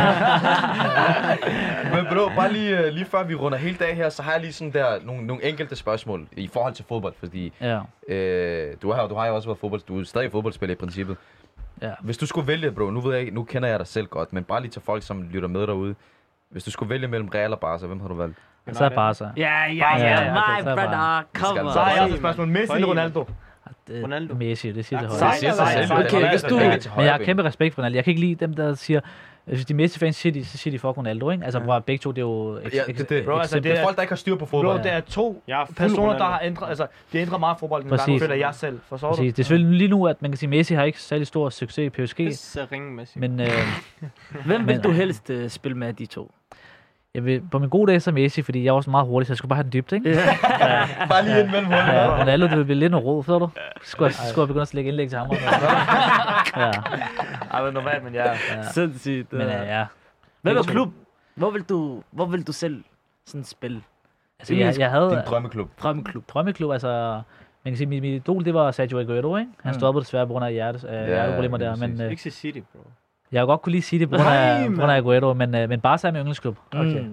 [SPEAKER 2] Men bro, bare lige før vi runder hele dagen her, så har jeg lige sådan der nogle enkelte spørgsmål i forhold til fodbold, fordi du har jo også været fodbold, du er stadig fodboldspiller i princippet. Ja. Hvis du skulle vælge, bro, nu kender jeg dig selv godt, men bare lige til folk, som lytter med derude. Hvis du skulle vælge mellem Real og Barca, hvem har du valgt?
[SPEAKER 3] Så er Barca.
[SPEAKER 5] Ja, my brother, come on.
[SPEAKER 4] Så har jeg også et spørgsmål. Messi eller Ronaldo?
[SPEAKER 3] Ronaldo. Messi, det siger det
[SPEAKER 2] højt. Det siger sig selv.
[SPEAKER 3] Men jeg har kæmpe respekt for Ronaldo. Jeg kan ikke lide dem, der siger, hvis de Messi-fans siger så siger de fuck Ronaldo, ikke? Altså, hvor begge to, det er jo...
[SPEAKER 2] Det er folk, der ikke har styr på fodbold.
[SPEAKER 4] Bro, det er to personer, der har ændret... Altså, de har ændret meget fodbold, men der føler jeg selv. Forstår du?
[SPEAKER 3] Det er selvfølgelig lige nu, at man kan sige, Messi har ikke særlig stor succes i PSG. Men...
[SPEAKER 5] Hvem vil du helst spille med de to?
[SPEAKER 3] Jeg vil, på min gode dag så Messi, fordi jeg er også meget hurtig, så jeg skulle bare have den dybt, ikke?
[SPEAKER 2] Bare lige ind mellem hovederne.
[SPEAKER 3] Ja, Ronaldo, det ville blive lidt noget råd, forstår du? Skulle jeg begynde at lægge indlæg til ham.
[SPEAKER 4] Ja. Ej, men normalt, men ja.
[SPEAKER 5] Sindssygt.
[SPEAKER 3] Men ja.
[SPEAKER 5] Hvad med klub? Hvor vil du selv sådan spille?
[SPEAKER 3] Altså, jeg havde...
[SPEAKER 2] Din drømmeklub.
[SPEAKER 3] Drømmeklub, altså... Man kan sige, mit idol, det var Sergio Aguero, ikke? Han stoppede desværre på grund af hjerteproblemer der, men...
[SPEAKER 1] Ikke til City, bro.
[SPEAKER 3] Jeg kunne godt kunne lige sige det på grund af Aguero, men Barca er min yndlingsklub.
[SPEAKER 4] Okay.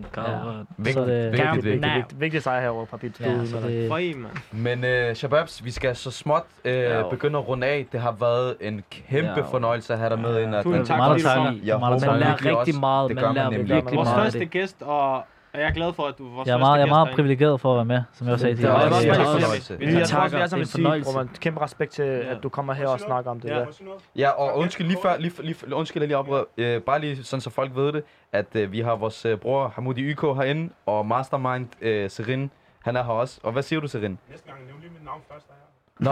[SPEAKER 4] Vigtigt sejr herovre på Papit.
[SPEAKER 2] Men Shababs, vi skal så småt begynde at runde af. Det har været en kæmpe fornøjelse at have dig med ind.
[SPEAKER 1] Tusind tak, fordi du kom.
[SPEAKER 5] Man lærer rigtig meget. Man lærer virkelig meget.
[SPEAKER 1] Vores første gæst, og jeg er glad for, at du var
[SPEAKER 3] jeg er meget privilegeret for at være med, som jeg også sagde til jer.
[SPEAKER 4] Jeg tror også, vi er sammen en fornøjelse. Kæmpe respekt til, at du kommer her og snakker om det.
[SPEAKER 2] Ja, og undskyld lige oprør. Bare lige sådan, så folk ved det, at vi har vores bror Hamoudi YK herinde, og mastermind Serin, han er her også. Og hvad siger du, Serin?
[SPEAKER 6] Næste gang, nævn lige mit navn først,
[SPEAKER 2] Nej,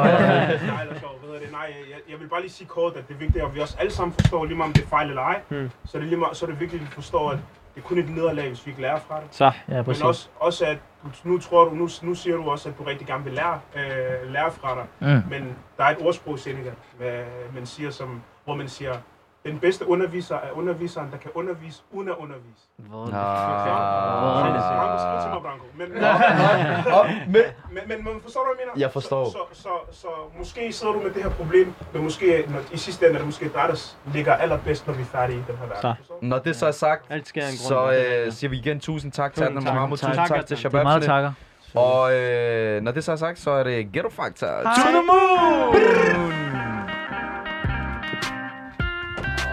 [SPEAKER 6] jeg vil bare lige sige kort, at det er vigtigt, at vi også alle sammen forstår lige meget, om det er fejl eller ej. Så er det vigtigt, at vi forstår, at det er kun et nederlag, hvis vi ikke lærer fra det.
[SPEAKER 1] Så,
[SPEAKER 3] ja,
[SPEAKER 6] men også at nu siger du også, at du rigtig gerne vil lære fra dig. Men der er et ordsprog i Senegal, hvor man siger, den bedste underviser er underviseren, der kan undervise uden at undervise. Men forstår du, hvad jeg mener?
[SPEAKER 2] Jeg forstår.
[SPEAKER 6] Så måske sidder du med det her problem, men måske i sidste ende er det måske dig, der ligger allerbedst, når vi er færdige i den her verden.
[SPEAKER 2] Når det så er sagt, så siger vi igen tusind tak til Adnan Mohammed, tusind tak til Shababsene. Og når det så er sagt, så er det Ghetto Factor to the moon!